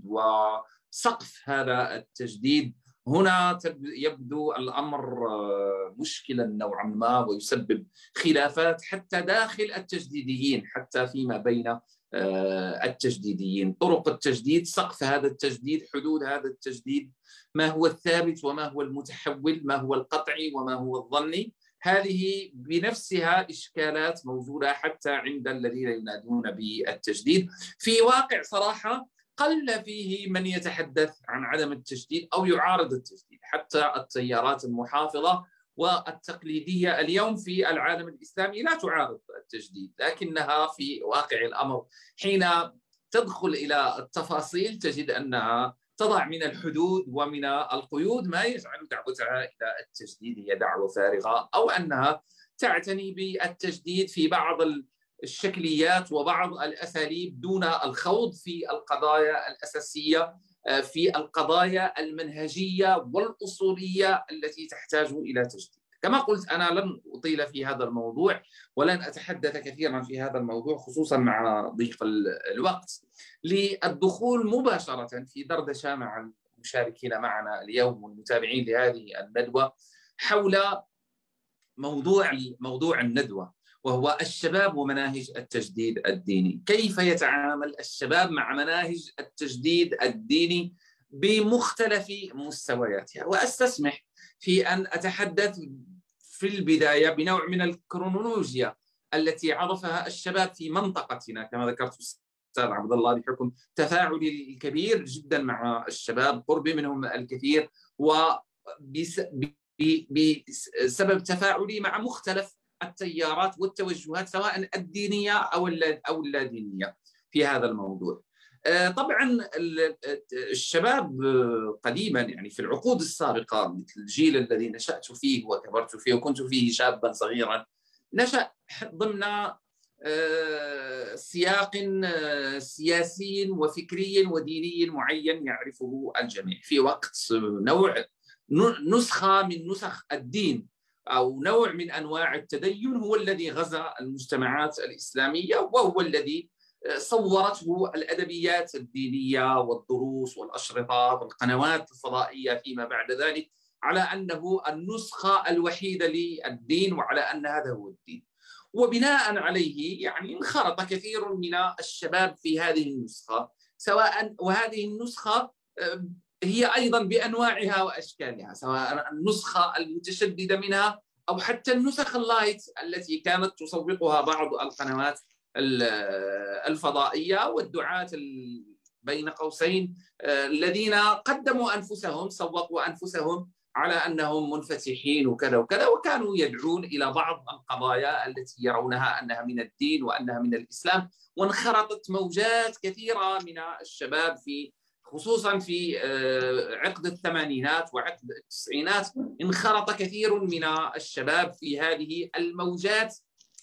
Speaker 5: وسقف هذا التجديد. هنا يبدو الأمر مشكلا نوعا ما، ويسبب خلافات حتى داخل التجديديين، حتى فيما بين التجديديين. طرق التجديد، سقف هذا التجديد، حدود هذا التجديد، ما هو الثابت وما هو المتحول، ما هو القطعي وما هو الظني، هذه بنفسها إشكالات موجودة حتى عند الذين ينادون بالتجديد في واقع صراحة قل فيه من يتحدث عن عدم التجديد أو يعارض التجديد. حتى التيارات المحافظة والتقليدية اليوم في العالم الإسلامي لا تعارض التجديد، لكنها في واقع الأمر حين تدخل إلى التفاصيل تجد أنها تضع من الحدود ومن القيود ما يجعل دعوتها إلى التجديد هي دعوة فارغة، أو أنها تعتني بالتجديد في بعض الشكليات وبعض الأساليب دون الخوض في القضايا الأساسية، في القضايا المنهجية والأصولية التي تحتاج إلى تجديد. كما قلت أنا لن أطيل في هذا الموضوع ولن أتحدث كثيرا في هذا الموضوع، خصوصا مع ضيق الوقت، للدخول مباشرة في دردشة مع المشاركين معنا اليوم والمتابعين لهذه الندوة حول موضوع الندوة، وهو الشباب ومناهج التجديد الديني. كيف يتعامل الشباب مع مناهج التجديد الديني بمختلف مستوياتها؟ وأستسمح في أن أتحدث في البداية بنوع من الكرونولوجيا التي عرفها الشباب في منطقتنا كما ذكرت أستاذ عبد الله، بحكم تفاعلي الكبير جدا مع الشباب، قربي منهم الكثير، وبسبب تفاعلي مع مختلف التيارات والتوجهات سواء الدينية أو اللا دينية في هذا الموضوع. طبعا الشباب قديما، يعني في العقود السابقة، مثل الجيل الذي نشأت فيه وكبرت فيه وكنت فيه شابا صغيرا، نشأ ضمن سياق سياسي وفكري وديني معين يعرفه الجميع، في وقت نسخة من نسخ الدين أو نوع من أنواع التدين هو الذي غزا المجتمعات الإسلامية، وهو الذي صورته الأدبيات الدينية والدروس والأشرطة والقنوات الفضائية فيما بعد ذلك على أنه النسخة الوحيدة للدين، وعلى أن هذا هو الدين. وبناء عليه يعني انخرط كثير من الشباب في هذه النسخة، وهذه النسخة هي أيضا بأنواعها وأشكالها، سواء النسخة المتشددة منها أو حتى النسخ اللايت التي كانت تسوقها بعض القنوات الفضائية والدعاة بين قوسين الذين قدموا أنفسهم، سوقوا أنفسهم على أنهم منفتحين وكذا وكذا، وكانوا يدعون إلى بعض القضايا التي يرونها أنها من الدين وأنها من الإسلام. وانخرطت موجات كثيرة من الشباب خصوصا في عقد الثمانينات وعقد التسعينات، انخرط كثير من الشباب في هذه الموجات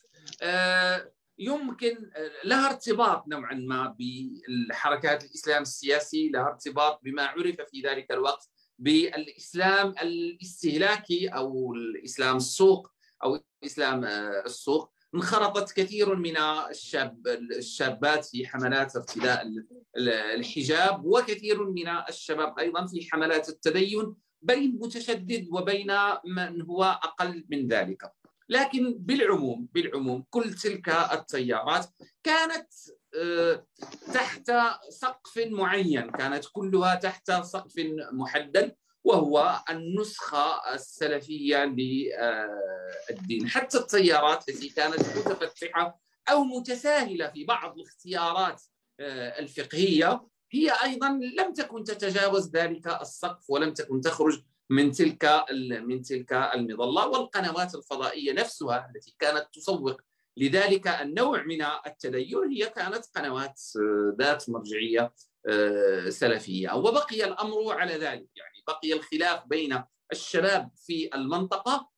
Speaker 5: يمكن لها ارتباط نوعا ما بالحركات الإسلام السياسي، لها ارتباط بما عرف في ذلك الوقت بالإسلام الاستهلاكي أو الإسلام السوق أو الإسلام السوق. انخرطت كثير من الشابات في حملات ارتداء الحجاب، وكثير من الشباب أيضا في حملات التدين، بين متشدد وبين من هو أقل من ذلك. لكن بالعموم كل تلك التيارات كانت تحت سقف معين، كانت كلها تحت سقف محدد، وهو النسخة السلفية للدين. حتى التيارات التي كانت متفتحة أو متساهلة في بعض الاختيارات الفقهية هي أيضا لم تكن تتجاوز ذلك السقف ولم تكن تخرج من تلك المظلة. والقنوات الفضائية نفسها التي كانت تسوق لذلك النوع من التدين هي كانت قنوات ذات مرجعية سلفية. وبقي الأمر على ذلك، يعني بقي الخلاف بين الشباب في المنطقة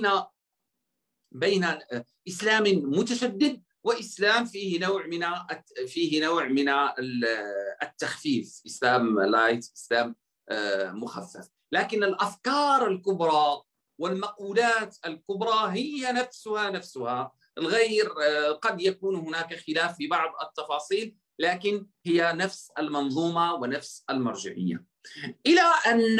Speaker 5: بين إسلام متشدد وإسلام فيه نوع من التخفيف، إسلام لايت، إسلام مخفف. لكن الأفكار الكبرى والمقولات الكبرى هي نفسها الغير، قد يكون هناك خلاف في بعض التفاصيل، لكن هي نفس المنظومة ونفس المرجعية. إلى أن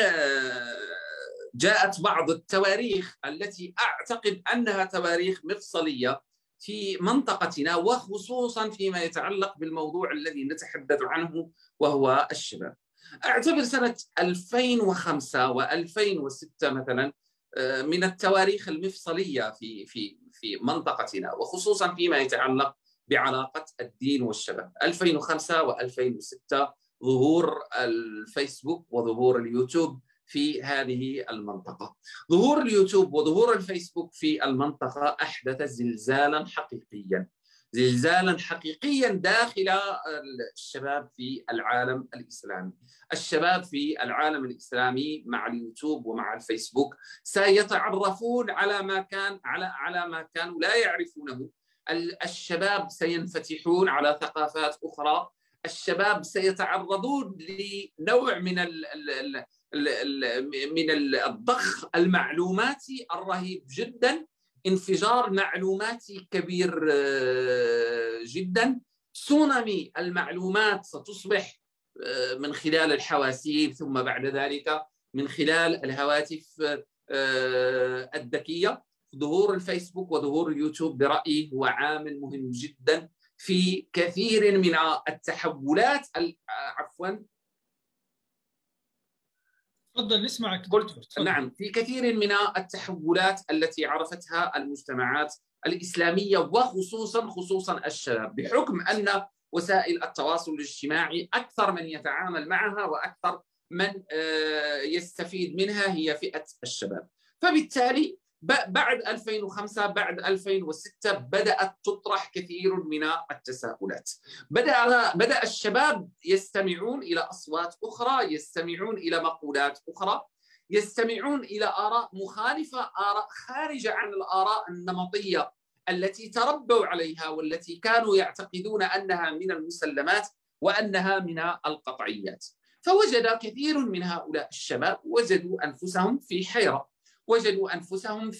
Speaker 5: جاءت بعض التواريخ التي أعتقد أنها تواريخ مفصلية في منطقتنا، وخصوصا فيما يتعلق بالموضوع الذي نتحدث عنه وهو الشباب. أعتبر سنة 2005 و2006 مثلا من التواريخ المفصلية في منطقتنا، وخصوصا فيما يتعلق بعلاقة الدين والشباب. 2005 و2006 ظهور الفيسبوك وظهور اليوتيوب في هذه المنطقة. ظهور اليوتيوب وظهور الفيسبوك في المنطقة أحدث زلزالا حقيقيا داخل الشباب في العالم الإسلامي. الشباب في العالم الإسلامي مع اليوتيوب ومع الفيسبوك سيتعرفون على ما كانوا لا يعرفونه. الشباب سينفتحون على ثقافات أخرى. الشباب سيتعرضون لنوع من الضخ المعلوماتي الرهيب جدا، انفجار معلوماتي كبير جدا. تسونامي المعلومات ستصبح من خلال الحواسيب، ثم بعد ذلك من خلال الهواتف الذكية. ظهور الفيسبوك وظهور اليوتيوب برأيي هو عامل مهم جدا في كثير من التحولات
Speaker 3: تفضل نسمعك.
Speaker 5: نعم، في كثير من التحولات التي عرفتها المجتمعات الإسلامية وخصوصا الشباب، بحكم أن وسائل التواصل الاجتماعي أكثر من يتعامل معها وأكثر من يستفيد منها هي فئة الشباب. فبالتالي بعد 2005 بعد 2006 بدأت تطرح كثير من التساؤلات. بدأ الشباب يستمعون إلى أصوات أخرى، يستمعون إلى مقولات أخرى، يستمعون إلى آراء مخالفة، آراء خارجة عن الآراء النمطية التي تربوا عليها والتي كانوا يعتقدون أنها من المسلمات وأنها من القطعيات. فوجد كثير من هؤلاء الشباب وجدوا أنفسهم في حيرة، وجدوا أنفسهم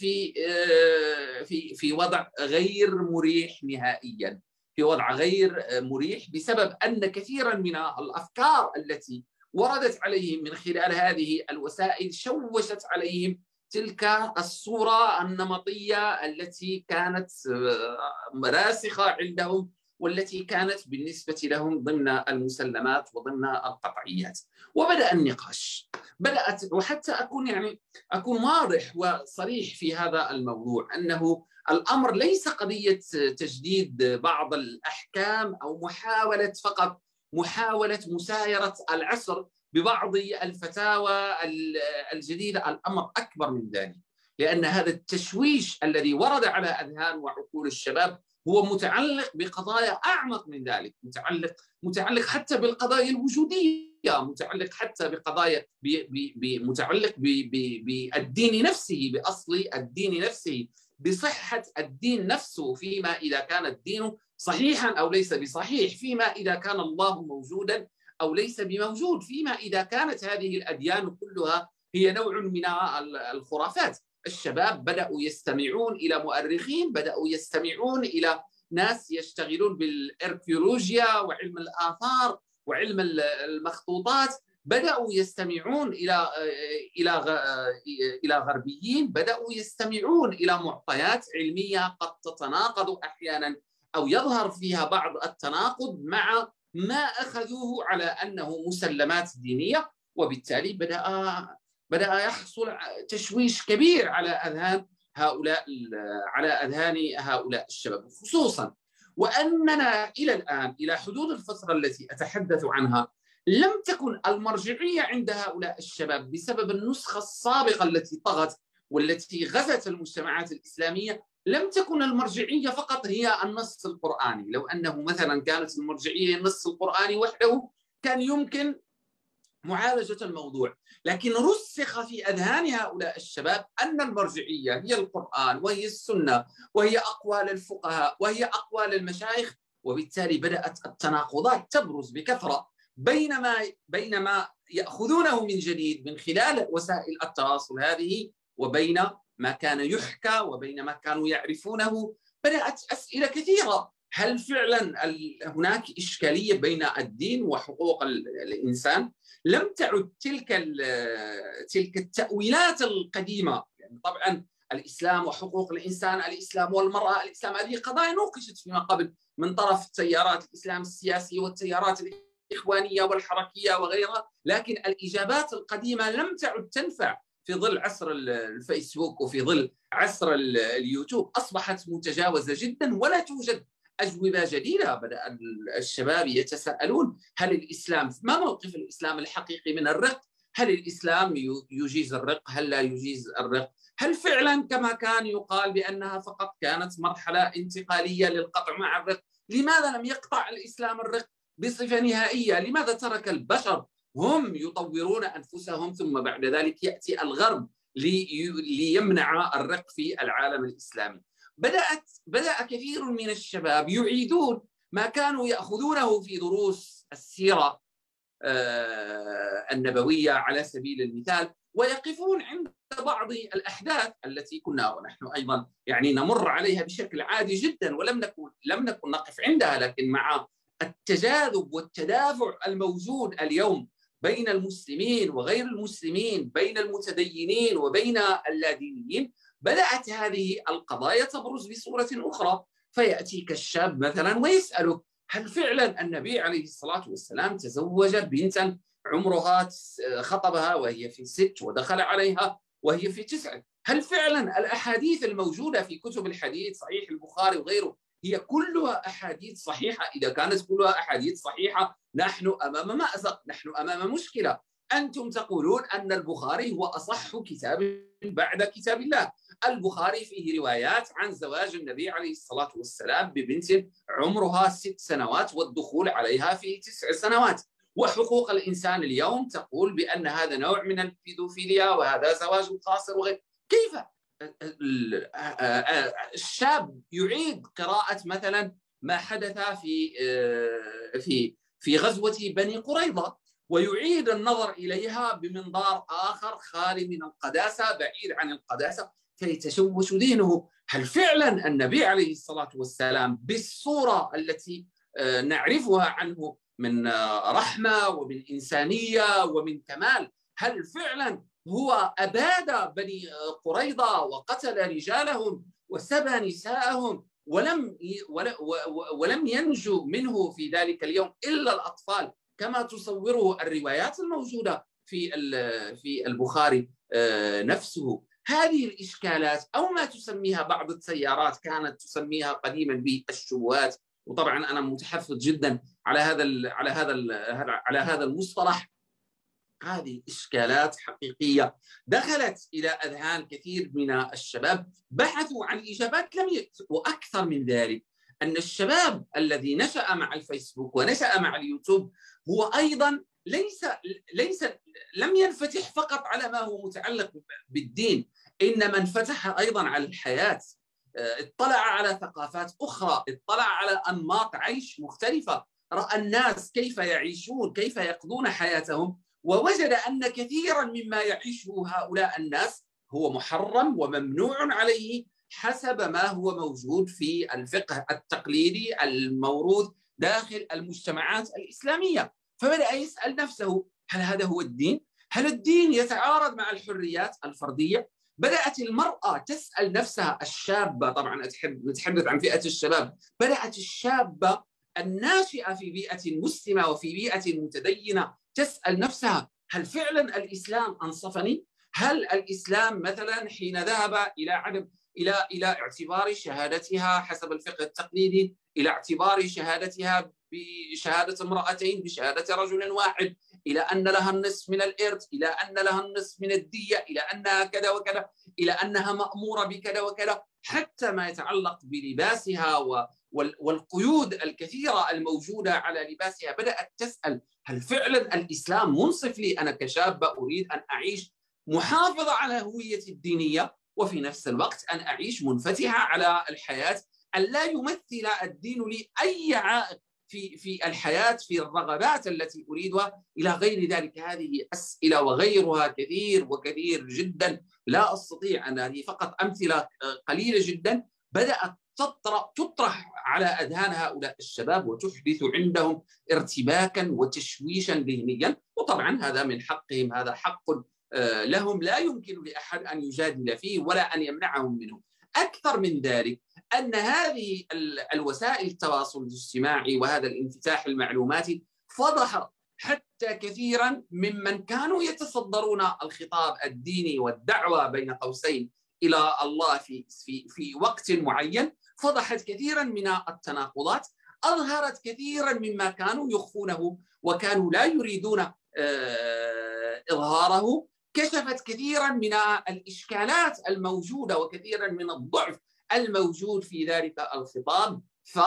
Speaker 5: في وضع غير مريح نهائيا، في وضع غير مريح بسبب أن كثيرا من الأفكار التي وردت عليهم من خلال هذه الوسائل شوشت عليهم تلك الصورة النمطية التي كانت راسخة عندهم والتي كانت بالنسبة لهم ضمن المسلمات وضمن القطعيات. وبدأ النقاش، وحتى أكون واضح وصريح في هذا الموضوع، أنه الأمر ليس قضية تجديد بعض الأحكام أو فقط محاولة مسايرة العصر ببعض الفتاوى الجديدة. الأمر أكبر من ذلك، لأن هذا التشويش الذي ورد على أذهان وعقول الشباب هو متعلق بقضايا أعمق من ذلك، متعلق حتى بالقضايا الوجودية، متعلق حتى بقضايا متعلق بالدين نفسه، بأصل الدين نفسه، بصحة الدين نفسه، فيما إذا كان الدين صحيحا أو ليس بصحيح، فيما إذا كان الله موجودا أو ليس بموجود، فيما إذا كانت هذه الأديان كلها هي نوع من الخرافات. الشباب بدأوا يستمعون إلى مؤرخين، بدأوا يستمعون إلى ناس يشتغلون بالاركيولوجيا وعلم الآثار وعلم المخطوطات، بدأوا يستمعون إلى غربيين، بدأوا يستمعون إلى معطيات علمية قد تتناقض أحيانا أو يظهر فيها بعض التناقض مع ما أخذوه على أنه مسلمات دينية. وبالتالي بدأ يحصل تشويش كبير على أذهان هؤلاء الشباب خصوصا، وأننا إلى الآن إلى حدود الفترة التي أتحدث عنها لم تكن المرجعية عند هؤلاء الشباب بسبب النسخة السابقة التي طغت والتي غزت المجتمعات الإسلامية. لم تكن المرجعية فقط هي النص القرآني. لو أنه مثلا كانت المرجعية النص القرآني وحده كان يمكن معالجة الموضوع، لكن رسخ في أذهان هؤلاء الشباب أن المرجعية هي القرآن وهي السنة وهي أقوال الفقهاء وهي أقوال المشايخ. وبالتالي بدأت التناقضات تبرز بكثرة بين ما يأخذونه من جديد من خلال وسائل التواصل هذه وبين ما كان يحكى وبين ما كانوا يعرفونه. بدأت أسئلة كثيرة: هل فعلا هناك إشكالية بين الدين وحقوق الإنسان؟ لم تعد تلك التأويلات القديمة. يعني طبعا الإسلام وحقوق الإنسان، الإسلام والمرأة، الإسلام، هذه قضايا نوقشت فيما قبل من طرف تيارات الإسلام السياسي والتيارات الإخوانية والحركية وغيرها، لكن الإجابات القديمة لم تعد تنفع في ظل عصر الفيسبوك وفي ظل عصر اليوتيوب. أصبحت متجاوزة جدا ولا توجد أجوبة جديدة. بدأ الشباب يتساءلون: هل الإسلام، ما موقف الإسلام الحقيقي من الرق؟ هل الإسلام يجيز الرق؟ هل لا يجيز الرق؟ هل فعلا كما كان يقال بأنها فقط كانت مرحلة انتقالية للقطع مع الرق؟ لماذا لم يقطع الإسلام الرق بصفة نهائية؟ لماذا ترك البشر هم يطورون أنفسهم ثم بعد ذلك يأتي الغرب ليمنع الرق في العالم الإسلامي؟ بدأ كثير من الشباب يعيدون ما كانوا يأخذونه في دروس السيرة النبوية على سبيل المثال، ويقفون عند بعض الأحداث التي كنا ونحن أيضا يعني نمر عليها بشكل عادي جدا ولم نكن نقف عندها، لكن مع التجاذب والتدافع الموجود اليوم بين المسلمين وغير المسلمين، بين المتدينين وبين اللادينيين، بدأت هذه القضايا تبرز بصورة أخرى. فيأتيك الشاب مثلا ويسألك: هل فعلا النبي عليه الصلاة والسلام تزوج بنتا عمرها خطبها وهي في 6 ودخل عليها وهي في 9؟ هل فعلا الأحاديث الموجودة في كتب الحديث صحيح البخاري وغيره هي كلها أحاديث صحيحة؟ إذا كانت كلها أحاديث صحيحة نحن أمام مأزق، نحن أمام مشكلة. أنتم تقولون أن البخاري هو أصح كتاب بعد كتاب الله. البخاري فيه روايات عن زواج النبي عليه الصلاة والسلام ببنت عمرها 6 سنوات والدخول عليها في 9 سنوات. وحقوق الإنسان اليوم تقول بأن هذا نوع من البيدوفيليا وهذا زواج قاصر وغيره. كيف الشاب يعيد قراءة مثلا ما حدث في غزوة بني قريظة ويعيد النظر إليها بمنظار آخر خالي من القداسة، بعيد عن القداسة، فيتشوش ذهنه؟ هل فعلا النبي عليه الصلاة والسلام بالصورة التي نعرفها عنه من رحمة ومن إنسانية ومن كمال، هل فعلا هو أباد بني قريظة وقتل رجالهم وسبى نساءهم ولم ينجو منه في ذلك اليوم إلا الأطفال كما تصوره الروايات الموجودة في البخاري نفسه. هذه الإشكالات أو ما تسميها بعض التيارات كانت تسميها قديما بالشبهات، وطبعا أنا متحفظ جدا على هذا المصطلح. هذه إشكالات حقيقية دخلت إلى أذهان كثير من الشباب، بحثوا عن إجابات وأكثر من ذلك أن الشباب الذي نشأ مع الفيسبوك ونشأ مع اليوتيوب هو أيضا لم ينفتح فقط على ما هو متعلق بالدين، إنما انفتح أيضا على الحياة، اطلع على ثقافات أخرى، اطلع على أنماط عيش مختلفة، رأى الناس كيف يعيشون، كيف يقضون حياتهم، ووجد أن كثيرا مما يعيشه هؤلاء الناس هو محرم وممنوع عليه حسب ما هو موجود في الفقه التقليدي الموروث داخل المجتمعات الإسلامية. فبدأ يسأل نفسه: هل هذا هو الدين؟ هل الدين يتعارض مع الحريات الفردية؟ بدأت المرأة تسأل نفسها، الشابة، طبعا نتحدث عن فئة الشباب، بدأت الشابة الناشئة في بيئة مسلمة وفي بيئة متدينة تسأل نفسها: هل فعلا الإسلام أنصفني؟ هل الإسلام مثلا حين ذهب إلى اعتبار شهادتها حسب الفقه التقليدي، إلى اعتبار شهادتها بشهادة امرأتين بشهادة رجل واحد، إلى أن لها النصف من الإرث، إلى أن لها النصف من الدية، إلى أنها كذا وكذا، إلى أنها مأمورة بكذا وكذا، حتى ما يتعلق بلباسها والقيود الكثيرة الموجودة على لباسها. بدأت تسأل: هل فعلا الإسلام منصف لي أنا كشابة أريد أن أعيش محافظة على هويتي الدينية، وفي نفس الوقت أن أعيش منفتحة على الحياة، أن لا يمثل الدين لي أي عائق في الحياة، في الرغبات التي أريدها، إلى غير ذلك. هذه أسئلة وغيرها كثير وكثير جدا، لا أستطيع أن هذه فقط أمثلة قليلة جدا بدأت تطرح على أذهان هؤلاء الشباب وتحدث عندهم ارتباكا وتشويشا ذهنيا. وطبعا هذا من حقهم، هذا حق لهم لا يمكن لأحد أن يجادل فيه ولا أن يمنعهم منه. أكثر من ذلك أن هذه الوسائل التواصل الاجتماعي وهذا الانفتاح المعلوماتي فضح حتى كثيرا ممن كانوا يتصدرون الخطاب الديني والدعوة بين قوسين إلى الله في وقت معين، فضحت كثيرا من التناقضات، أظهرت كثيرا مما كانوا يخفونه وكانوا لا يريدون إظهاره، كشفت كثيرا من الإشكالات الموجودة وكثيرا من الضعف الموجود في ذلك الخطاب.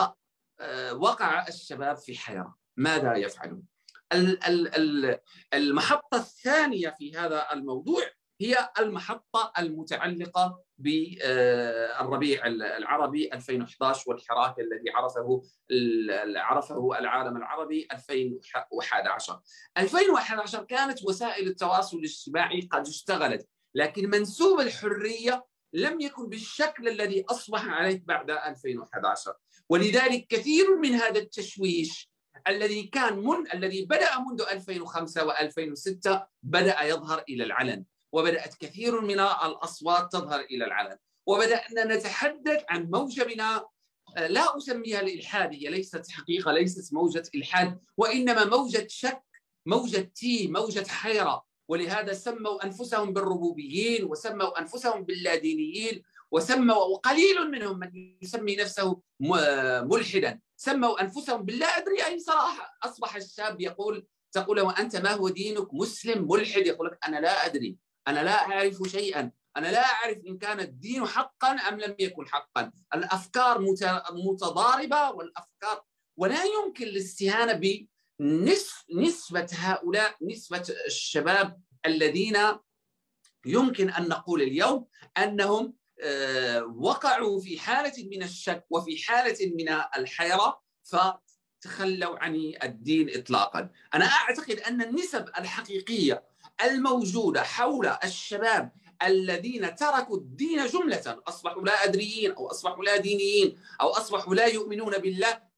Speaker 5: فوقع الشباب في حيرة، ماذا يفعلون؟ المحطة الثانية في هذا الموضوع هي المحطة المتعلقة بالربيع العربي 2011 والحراك الذي عرفه العالم العربي 2011. 2011 كانت وسائل التواصل الاجتماعي قد اشتغلت، لكن منسوب الحرية لم يكن بالشكل الذي أصبح عليه بعد 2011، ولذلك كثير من هذا التشويش الذي بدأ منذ 2005 و2006 بدأ يظهر إلى العلن، وبدأت كثير من الأصوات تظهر إلى العلن، وبدأنا نتحدث عن موجة لا أسميها الإلحاد، هي ليست حقيقة، ليست موجة إلحاد، وإنما موجة شك، موجة موجة حيرة. ولهذا سموا أنفسهم بالربوبيين، وسموا أنفسهم باللادينيين، وقليل منهم من يسمي نفسه ملحدا، سموا أنفسهم بالله أدري أي صراحة. أصبح الشاب تقول له: أنت ما هو دينك؟ مسلم؟ ملحد؟ يقول لك: أنا لا أدري، أنا لا أعرف شيئا، أنا لا أعرف إن كان الدين حقا أم لم يكن حقا. الأفكار متضاربة ولا يمكن الاستهانة بنسبة هؤلاء، نسبة الشباب الذين يمكن أن نقول اليوم أنهم وقعوا في حالة من الشك وفي حالة من الحيرة فتخلوا عن الدين إطلاقا. أنا أعتقد أن النسب الحقيقية الموجودة حول الشباب الذين تركوا الدين جملة، أصبحوا لا أدريين أو أصبحوا لا دينيين أو أصبحوا لا يؤمنون بالله،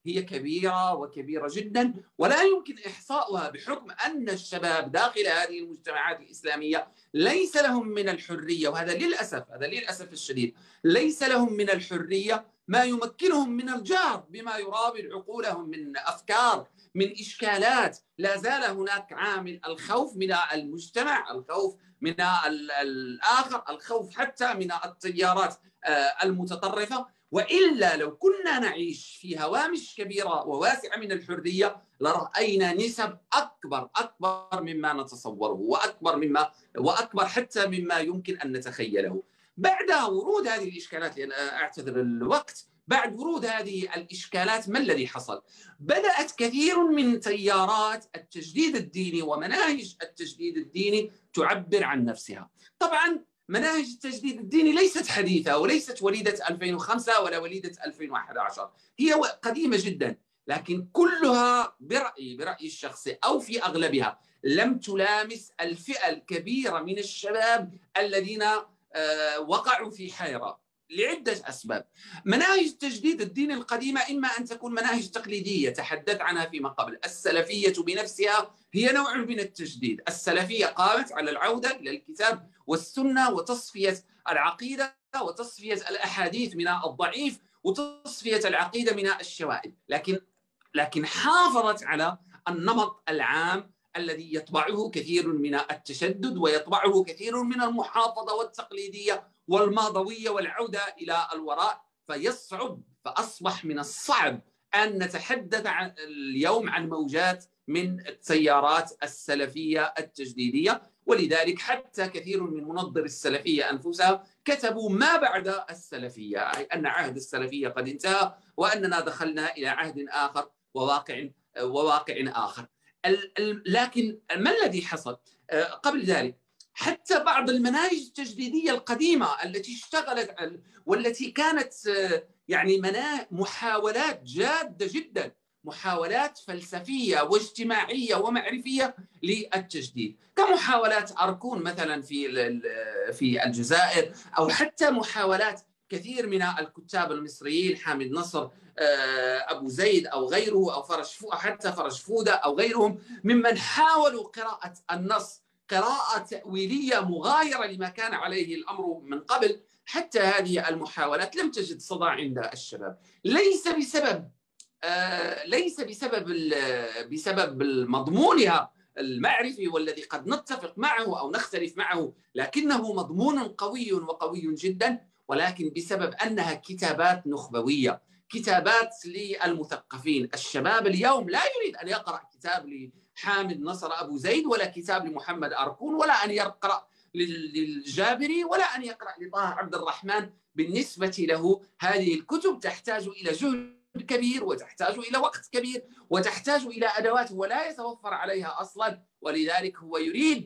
Speaker 5: هي كبيرة وكبيرة جدا، ولا يمكن إحصاؤها بحكم أن الشباب داخل هذه المجتمعات الإسلامية ليس لهم من الحرية، وهذا للأسف الشديد ليس لهم من الحرية ما يمكنهم من الجهر بما يراود عقولهم من أفكار، من إشكالات. لا زال هناك عامل الخوف من المجتمع، الخوف من الآخر، الخوف حتى من التيارات المتطرفة. وإلا لو كنا نعيش في هوامش كبيرة وواسعة من الحرية لرأينا نسب أكبر مما نتصوره، وأكبر حتى مما يمكن أن نتخيله. بعد ورود هذه الإشكالات، لأن أعتذر الوقت، بعد ورود هذه الإشكالات ما الذي حصل؟ بدأت كثير من تيارات التجديد الديني ومناهج التجديد الديني تعبر عن نفسها. طبعا مناهج التجديد الديني ليست حديثة وليست وليدة 2005 ولا وليدة 2011، هي قديمة جدا، لكن كلها برأيي الشخصي أو في أغلبها لم تلامس الفئة الكبيرة من الشباب الذين وقعوا في حيرة لعدة أسباب. مناهج التجديد الديني القديمة إما أن تكون مناهج تقليدية تحدث عنها فيما قبل. السلفية بنفسها هي نوع من التجديد. السلفية قامت على العودة إلى الكتاب والسنة وتصفية العقيدة وتصفية الأحاديث من الضعيف وتصفية العقيدة من الشوائب، لكن حافظت على النمط العام الذي يطبعه كثير من التشدد ويطبعه كثير من المحافظة والتقليدية والماضوية والعودة إلى الوراء. فأصبح من الصعب أن نتحدث اليوم عن موجات من التيارات السلفية التجديدية. ولذلك حتى كثير من منظر السلفية أنفسها كتبوا ما بعد السلفية، أي أن عهد السلفية قد انتهى وأننا دخلنا إلى عهد آخر وواقع آخر. لكن ما الذي حصل قبل ذلك؟ حتى بعض المناهج التجديدية القديمة التي اشتغلت والتي كانت يعني محاولات جادة جدا، محاولات فلسفية واجتماعية ومعرفية للتجديد، كمحاولات أركون مثلا في الجزائر، أو حتى محاولات كثير من الكتاب المصريين، حامد نصر، أبو زيد أو غيره، أو حتى فرج فودة أو غيرهم، ممن حاولوا قراءة النص قراءة تأويلية مغايرة لما كان عليه الأمر من قبل. حتى هذه المحاولات لم تجد صدى عند الشباب، ليس بسبب مضمونها المعرفي والذي قد نتفق معه أو نختلف معه، لكنه مضمون قوي وقوي جدا، ولكن بسبب أنها كتابات نخبوية، كتابات للمثقفين. الشباب اليوم لا يريد أن يقرأ كتاب لحامد نصر أبو زيد، ولا كتاب لمحمد أركون، ولا أن يقرأ للجابري، ولا أن يقرأ لطه عبد الرحمن. بالنسبة له هذه الكتب تحتاج إلى جهد كبير، وتحتاج إلى وقت كبير، وتحتاج إلى أدوات ولا يتوفر عليها أصلا. ولذلك هو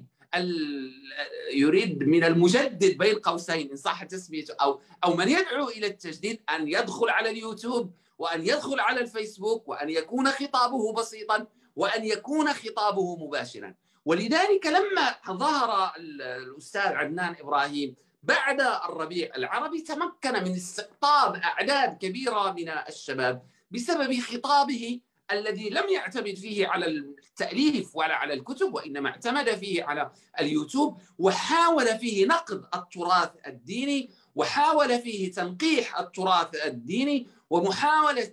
Speaker 5: يريد من المجدد بين قوسين إن صح تسميته أو من يدعو إلى التجديد أن يدخل على اليوتيوب وأن يدخل على الفيسبوك، وأن يكون خطابه بسيطا، وأن يكون خطابه مباشرا. ولذلك لما ظهر الأستاذ عدنان إبراهيم بعد الربيع العربي تمكن من استقطاب أعداد كبيرة من الشباب بسبب خطابه الذي لم يعتمد فيه على التأليف ولا على الكتب، وإنما اعتمد فيه على اليوتيوب، وحاول فيه نقد التراث الديني، وحاول فيه تنقيح التراث الديني، ومحاولة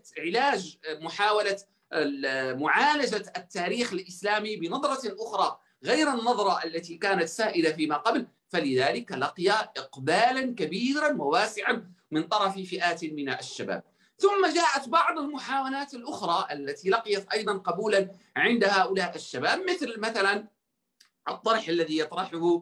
Speaker 5: معالجة التاريخ الإسلامي بنظرة أخرى غير النظرة التي كانت سائدة فيما قبل. فلذلك لقي إقبالا كبيرا وواسعا من طرف فئات من الشباب. ثم جاءت بعض المحاولات الأخرى التي لقيت أيضا قبولا عند هؤلاء الشباب، مثلا الطرح الذي يطرحه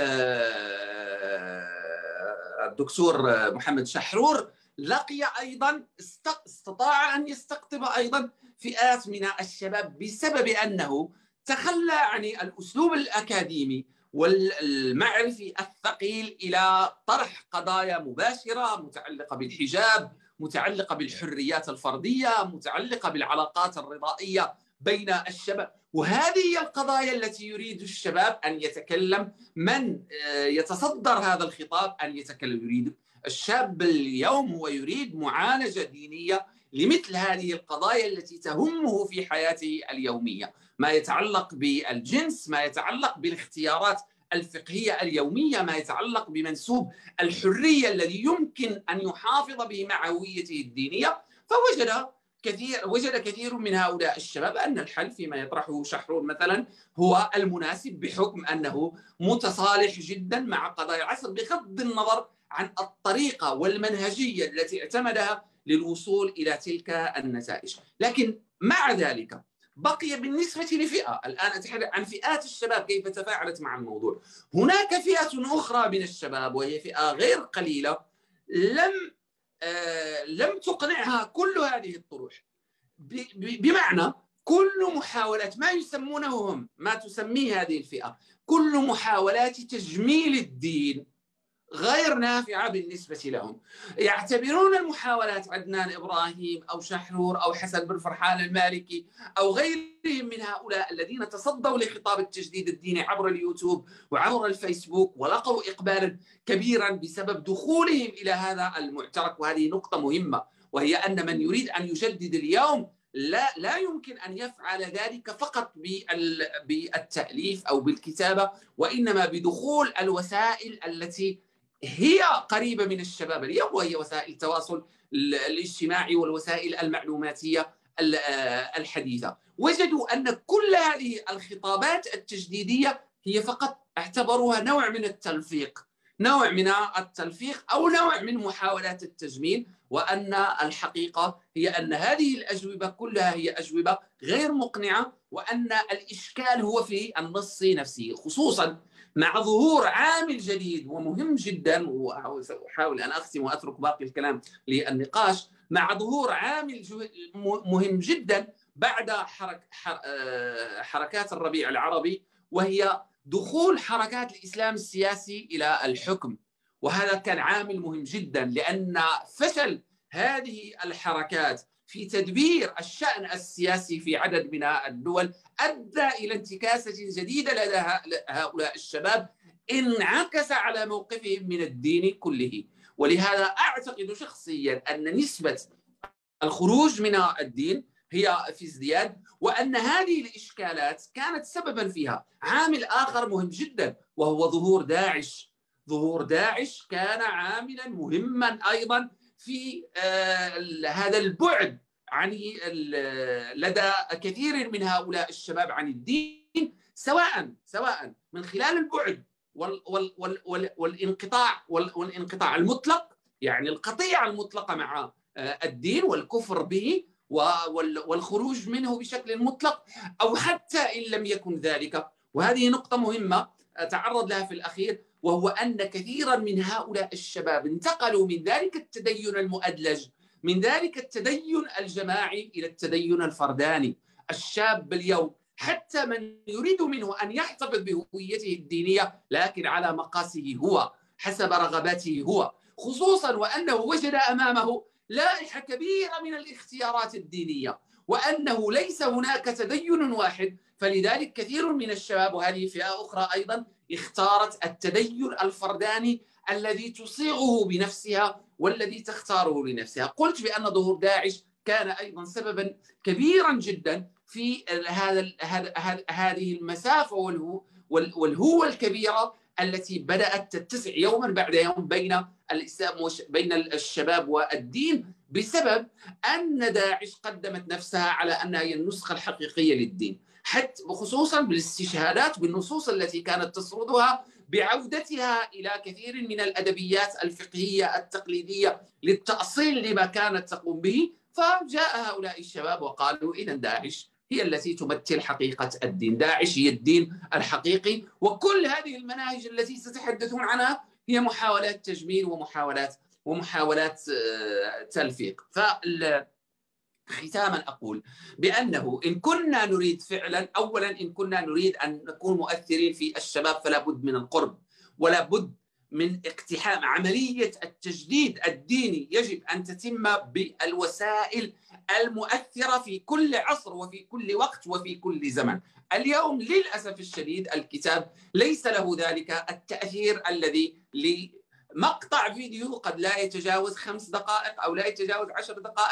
Speaker 5: الدكتور محمد شحرور، لقي أيضا استطاع أن يستقطب أيضا فئات من الشباب بسبب أنه تخلى عن الأسلوب الأكاديمي والمعرفي الثقيل إلى طرح قضايا مباشرة متعلقة بالحجاب، متعلقة بالحريات الفردية، متعلقة بالعلاقات الرضائية بين الشباب. وهذه هي القضايا التي يريد الشباب أن يتكلم، من يتصدر هذا الخطاب أن يتكلم. يريد الشاب اليوم هو يريد معالجة دينية لمثل هذه القضايا التي تهمه في حياته اليومية، ما يتعلق بالجنس، ما يتعلق بالاختيارات الفقهية اليومية، ما يتعلق بمنسوب الحرية الذي يمكن أن يحافظ به مع هويته الدينية. وجد كثير من هؤلاء الشباب أن الحل فيما يطرحه شحرور مثلا هو المناسب، بحكم أنه متصالح جدا مع قضايا العصر بغض النظر عن الطريقة والمنهجية التي اعتمدها للوصول إلى تلك النتائج. لكن مع ذلك بقي بالنسبة لفئة، الآن أتحدث عن فئات الشباب كيف تفاعلت مع الموضوع. هناك فئة أخرى من الشباب وهي فئة غير قليلة لم تقنعها كل هذه الطروح، بمعنى كل محاولات ما يسمونه هم، ما تسميه هذه الفئة، كل محاولات تجميل الدين غير نافعة بالنسبة لهم. يعتبرون المحاولات عدنان إبراهيم أو شحرور أو حسن بن فرحان المالكي أو غيرهم من هؤلاء الذين تصدوا لخطاب التجديد الديني عبر اليوتيوب وعبر الفيسبوك ولقوا إقبالا كبيرا بسبب دخولهم إلى هذا المعترك. وهذه نقطة مهمة، وهي أن من يريد أن يجدد اليوم لا يمكن أن يفعل ذلك فقط بالتأليف أو بالكتابة، وإنما بدخول الوسائل التي هي قريبة من الشباب اليوم، وهي وسائل التواصل الاجتماعي والوسائل المعلوماتية الحديثة. وجدوا أن كل هذه الخطابات التجديدية هي فقط اعتبروها نوع من التلفيق أو نوع من محاولات التجميل، وأن الحقيقة هي أن هذه الأجوبة كلها هي أجوبة غير مقنعة، وأن الإشكال هو في النص نفسه، خصوصا مع ظهور عامل جديد ومهم جدا، وأحاول أن أختم وأترك باقي الكلام للنقاش، مع ظهور عامل مهم جدا بعد حركات الربيع العربي، وهي دخول حركات الإسلام السياسي إلى الحكم. وهذا كان عامل مهم جدا، لأن فشل هذه الحركات في تدبير الشأن السياسي في عدد من الدول أدى إلى انتكاسة جديدة لدى هؤلاء الشباب انعكس على موقفهم من الدين كله. ولهذا أعتقد شخصيا أن نسبة الخروج من الدين هي في ازدياد، وأن هذه الإشكالات كانت سببا فيها عامل آخر مهم جدا، وهو ظهور داعش. ظهور داعش كان عاملا مهما أيضا في هذا البعد عن لدى كثير من هؤلاء الشباب عن الدين، سواء من خلال البعد والانقطاع المطلق، يعني القطيعة المطلقة مع الدين والكفر به والخروج منه بشكل مطلق، أو حتى إن لم يكن ذلك. وهذه نقطة مهمة تعرض لها في الأخير، وهو أن كثيرا من هؤلاء الشباب انتقلوا من ذلك التدين المؤدلج، من ذلك التدين الجماعي إلى التدين الفرداني. الشاب اليوم حتى من يريد منه أن يحتفظ بهويته الدينية لكن على مقاسه هو، حسب رغباته هو، خصوصا وأنه وجد أمامه لائحة كبيرة من الاختيارات الدينية، وأنه ليس هناك تدين واحد. فلذلك كثير من الشباب، وهذه فئة أخرى أيضا، اختارت التدين الفرداني الذي تصيغه بنفسها والذي تختاره لنفسها. قلت بأن ظهور داعش كان أيضا سببا كبيرا جدا في هذه المسافة والهوة الكبيرة التي بدأت تتسع يوما بعد يوم بين الشباب والدين، بسبب أن داعش قدمت نفسها على أنها هي النسخة الحقيقية للدين، حتى وخصوصا بالاستشهادات بالنصوص التي كانت تسردها، بعودتها إلى كثير من الأدبيات الفقهية التقليدية للتأصيل لما كانت تقوم به. فجاء هؤلاء الشباب وقالوا إذن داعش هي التي تمثل حقيقة الدين، داعش هي الدين الحقيقي، وكل هذه المناهج التي ستتحدثون عنها هي محاولات تجميل ومحاولات تلفيق. ختاما أقول بأنه إن كنا نريد فعلا، أولا إن كنا نريد أن نكون مؤثرين في الشباب، فلا بد من القرب ولا بد من اقتحام عملية التجديد الديني. يجب أن تتم بالوسائل المؤثرة في كل عصر وفي كل وقت وفي كل زمن. اليوم للأسف الشديد الكتاب ليس له ذلك التأثير الذي مقطع فيديو قد لا يتجاوز 5 دقائق أو لا يتجاوز 10 دقائق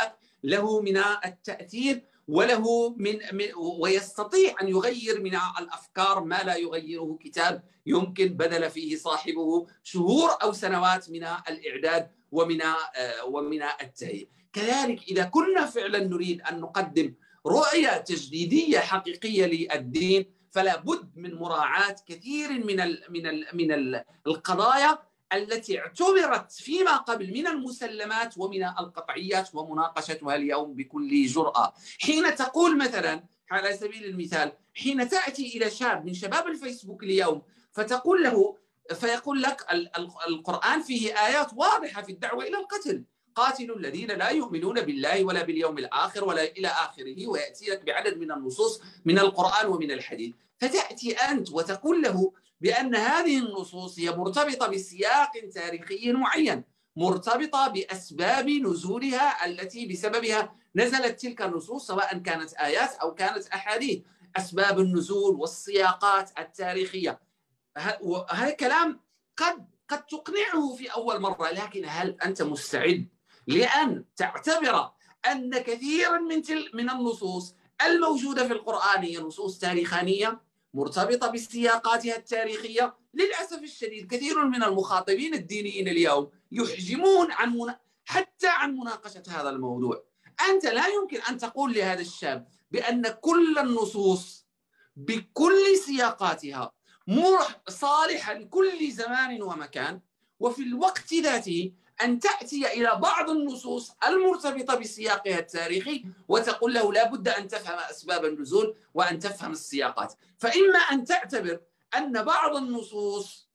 Speaker 6: له من التأثير وله ويستطيع أن يغير من الأفكار ما لا يغيره كتاب يمكن بذل فيه صاحبه شهور أو سنوات من الإعداد ومن التهيئة. كذلك إذا كنا فعلا نريد أن نقدم رؤية تجديدية حقيقية للدين، فلا بد من مراعاة كثير من القضايا التي اعتبرت فيما قبل من المسلمات ومن القطعيات ومناقشتها اليوم بكل جرأة. حين تقول مثلا على سبيل المثال، حين تأتي إلى شاب من شباب الفيسبوك اليوم فيقول لك القرآن فيه آيات واضحة في الدعوة إلى القتل، قاتلوا الذين لا يؤمنون بالله ولا باليوم الآخر ولا إلى آخره، ويأتي لك بعدد من النصوص من القرآن ومن الحديث. فتأتي أنت وتقول له بأن هذه النصوص هي مرتبطة بسياق تاريخي معين، مرتبطة بأسباب نزولها التي بسببها نزلت تلك النصوص، سواء كانت آيات أو كانت أحاديث. أسباب النزول والسياقات التاريخية، هذا كلام قد تقنعه في أول مرة، لكن هل أنت مستعد لأن تعتبر أن كثيرا من النصوص الموجودة في القرآن هي نصوص تاريخانية مرتبطة بسياقاتها التاريخية؟ للأسف الشديد كثير من المخاطبين الدينيين اليوم يحجمون حتى عن مناقشة هذا الموضوع. أنت لا يمكن أن تقول لهذا الشاب بأن كل النصوص بكل سياقاتها صالحة لكل زمان ومكان، وفي الوقت ذاته أن تأتي إلى بعض النصوص المرتبطة بسياقها التاريخي وتقول له لا بد أن تفهم أسباب النزول وأن تفهم السياقات. فإما أن تعتبر أن بعض النصوص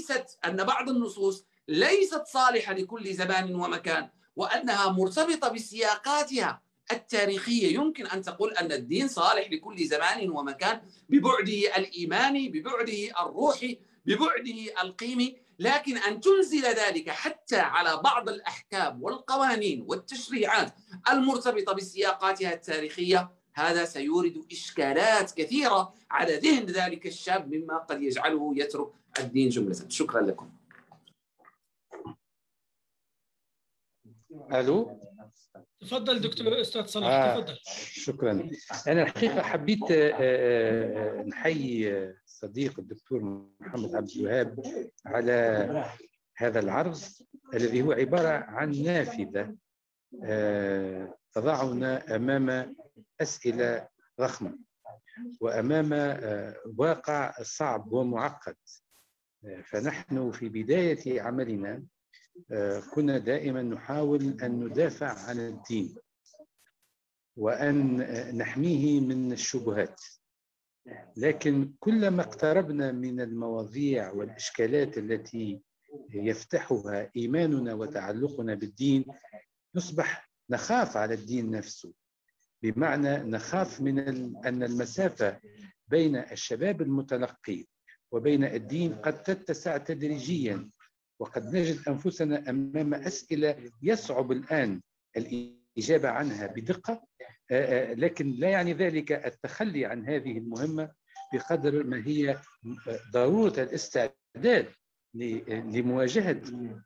Speaker 6: ليست صالحة لكل زمان ومكان وأنها مرتبطة بسياقاتها التاريخية. يمكن أن تقول أن الدين صالح لكل زمان ومكان ببعده الإيماني، ببعده الروحي، ببعده القيمي، لكن أن تنزل ذلك حتى على بعض الأحكام والقوانين والتشريعات المرتبطة بسياقاتها التاريخية، هذا سيورد إشكالات كثيرة على ذهن ذلك الشاب مما قد يجعله يترك الدين جملة. شكرا لكم.
Speaker 2: ألو،
Speaker 3: تفضل دكتور أستاذ صلاح. تفضل.
Speaker 2: شكرا. أنا الحقيقة حبيت نحيي الصديق الدكتور محمد عبد الوهاب على هذا العرض الذي هو عبارة عن نافذة تضعنا أمام أسئلة ضخمة وأمام واقع صعب ومعقد. فنحن في بداية عملنا كنا دائما نحاول أن ندافع عن الدين وأن نحميه من الشبهات، لكن كلما اقتربنا من المواضيع والإشكالات التي يفتحها إيماننا وتعلقنا بالدين نصبح نخاف على الدين نفسه، بمعنى نخاف من أن المسافة بين الشباب المتلقي وبين الدين قد تتسع تدريجيا، وقد نجد أنفسنا أمام أسئلة يصعب الآن الإجابة عنها بدقة، لكن لا يعني ذلك التخلي عن هذه المهمة بقدر ما هي ضرورة الاستعداد لمواجهة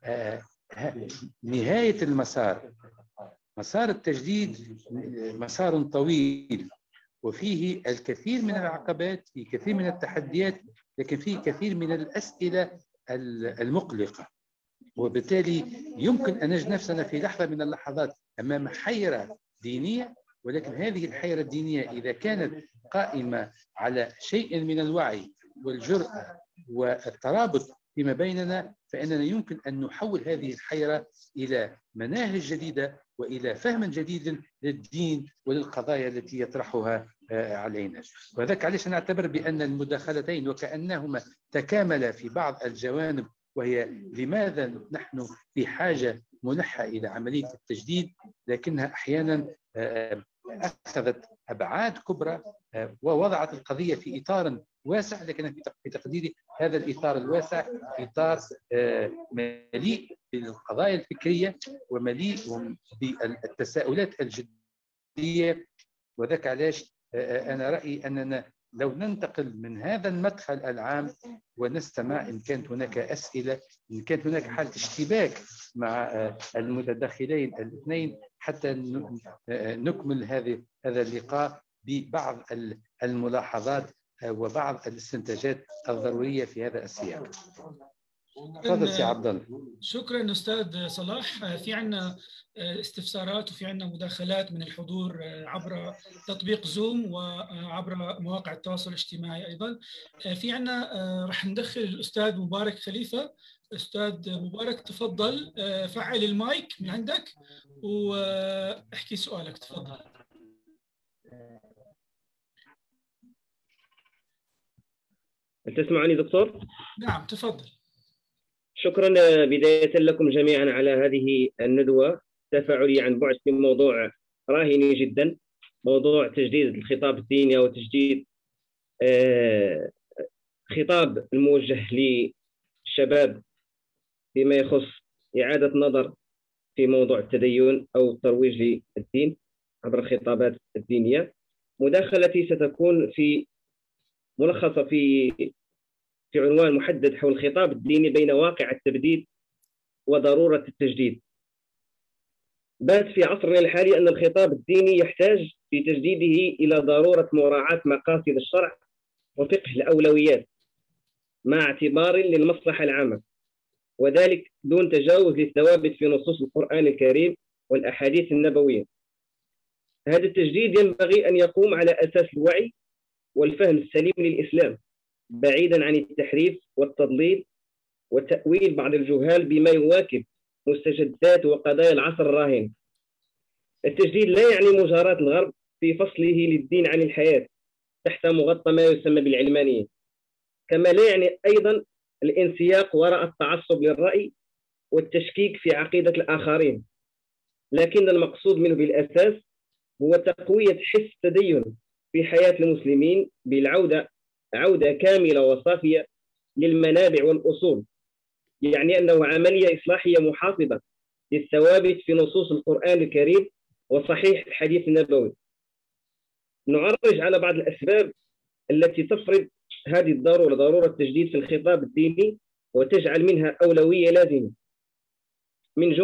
Speaker 2: نهاية المسار. مسار التجديد مسار طويل وفيه الكثير من العقبات، فيه كثير من التحديات، لكن فيه كثير من الأسئلة المقلقة، وبالتالي يمكن أن نجد نفسنا في لحظة من اللحظات أمام حيرة دينية، ولكن هذه الحيرة الدينية إذا كانت قائمة على شيء من الوعي والجرأة والترابط فيما بيننا، فإننا يمكن أن نحول هذه الحيرة إلى مناهج جديدة وإلى فهم جديد للدين وللقضايا التي يطرحها علينا. وذلك علاش نعتبر بأن المداخلتين وكأنهما تكاملا في بعض الجوانب، وهي لماذا نحن في حاجة ملحة إلى عملية التجديد، لكنها أحيانا أخذت أبعاد كبرى ووضعت القضية في إطار واسع، لكن في تقديري هذا الإطار الواسع إطار مليء بالقضايا الفكرية ومليء بالتساؤلات الجدية. وذاك علاش أنا رأيي أننا لو ننتقل من هذا المدخل العام ونستمع إن كانت هناك أسئلة، إن كانت هناك حالة اشتباك مع المتدخلين الاثنين، حتى نكمل هذا اللقاء ببعض الملاحظات وبعض الاستنتاجات الضرورية في هذا السياق. تفضل سي عبد الله.
Speaker 3: شكرا أستاذ صلاح. في عنا استفسارات وفي عنا مداخلات من الحضور عبر تطبيق زوم وعبر مواقع التواصل الاجتماعي أيضا. في عنا رح ندخل الأستاذ مبارك خليفة. أستاذ مبارك تفضل، فعل المايك من عندك واحكي سؤالك. تفضل.
Speaker 7: هل تسمعني دكتور؟
Speaker 3: نعم تفضل.
Speaker 7: شكرا بداية لكم جميعا على هذه الندوة. تفاعلي عن بعد في موضوع راهن جدا، موضوع تجديد الخطاب الديني أو تجديد خطاب الموجه للشباب فيما يخص إعادة نظر في موضوع التدين أو الترويج للدين عبر الخطابات الدينية. مداخلتي ستكون في ملخصة في عنوان محدد حول الخطاب الديني بين واقع التبديد وضرورة التجديد. بات في عصرنا الحالي أن الخطاب الديني يحتاج في تجديده إلى ضرورة مراعاة مقاصد الشرع وفقه الأولويات مع اعتبار للمصلحة العامة، وذلك دون تجاوز للثوابت في نصوص القرآن الكريم والأحاديث النبوية. هذا التجديد ينبغي أن يقوم على أساس الوعي والفهم السليم للإسلام، بعيدا عن التحريف والتضليل وتأويل بعض الجهال بما يواكب مستجدات وقضايا العصر الراهن. التجديد لا يعني مجاراة الغرب في فصله للدين عن الحياة تحت مغطى ما يسمى بالعلمانية، كما لا يعني أيضا الانسياق وراء التعصب للرأي والتشكيك في عقيدة الآخرين، لكن المقصود منه بالأساس هو تقوية حس التدين في حياة المسلمين عودة كاملة وصافية للمنابع والأصول، يعني أنه عملية إصلاحية محافظة للثوابت في نصوص القرآن الكريم وصحيح الحديث النبوي. نعرج على بعض الأسباب التي تفرض هذه الضرورة، ضرورة التجديد في الخطاب الديني وتجعل منها أولوية لازمة. من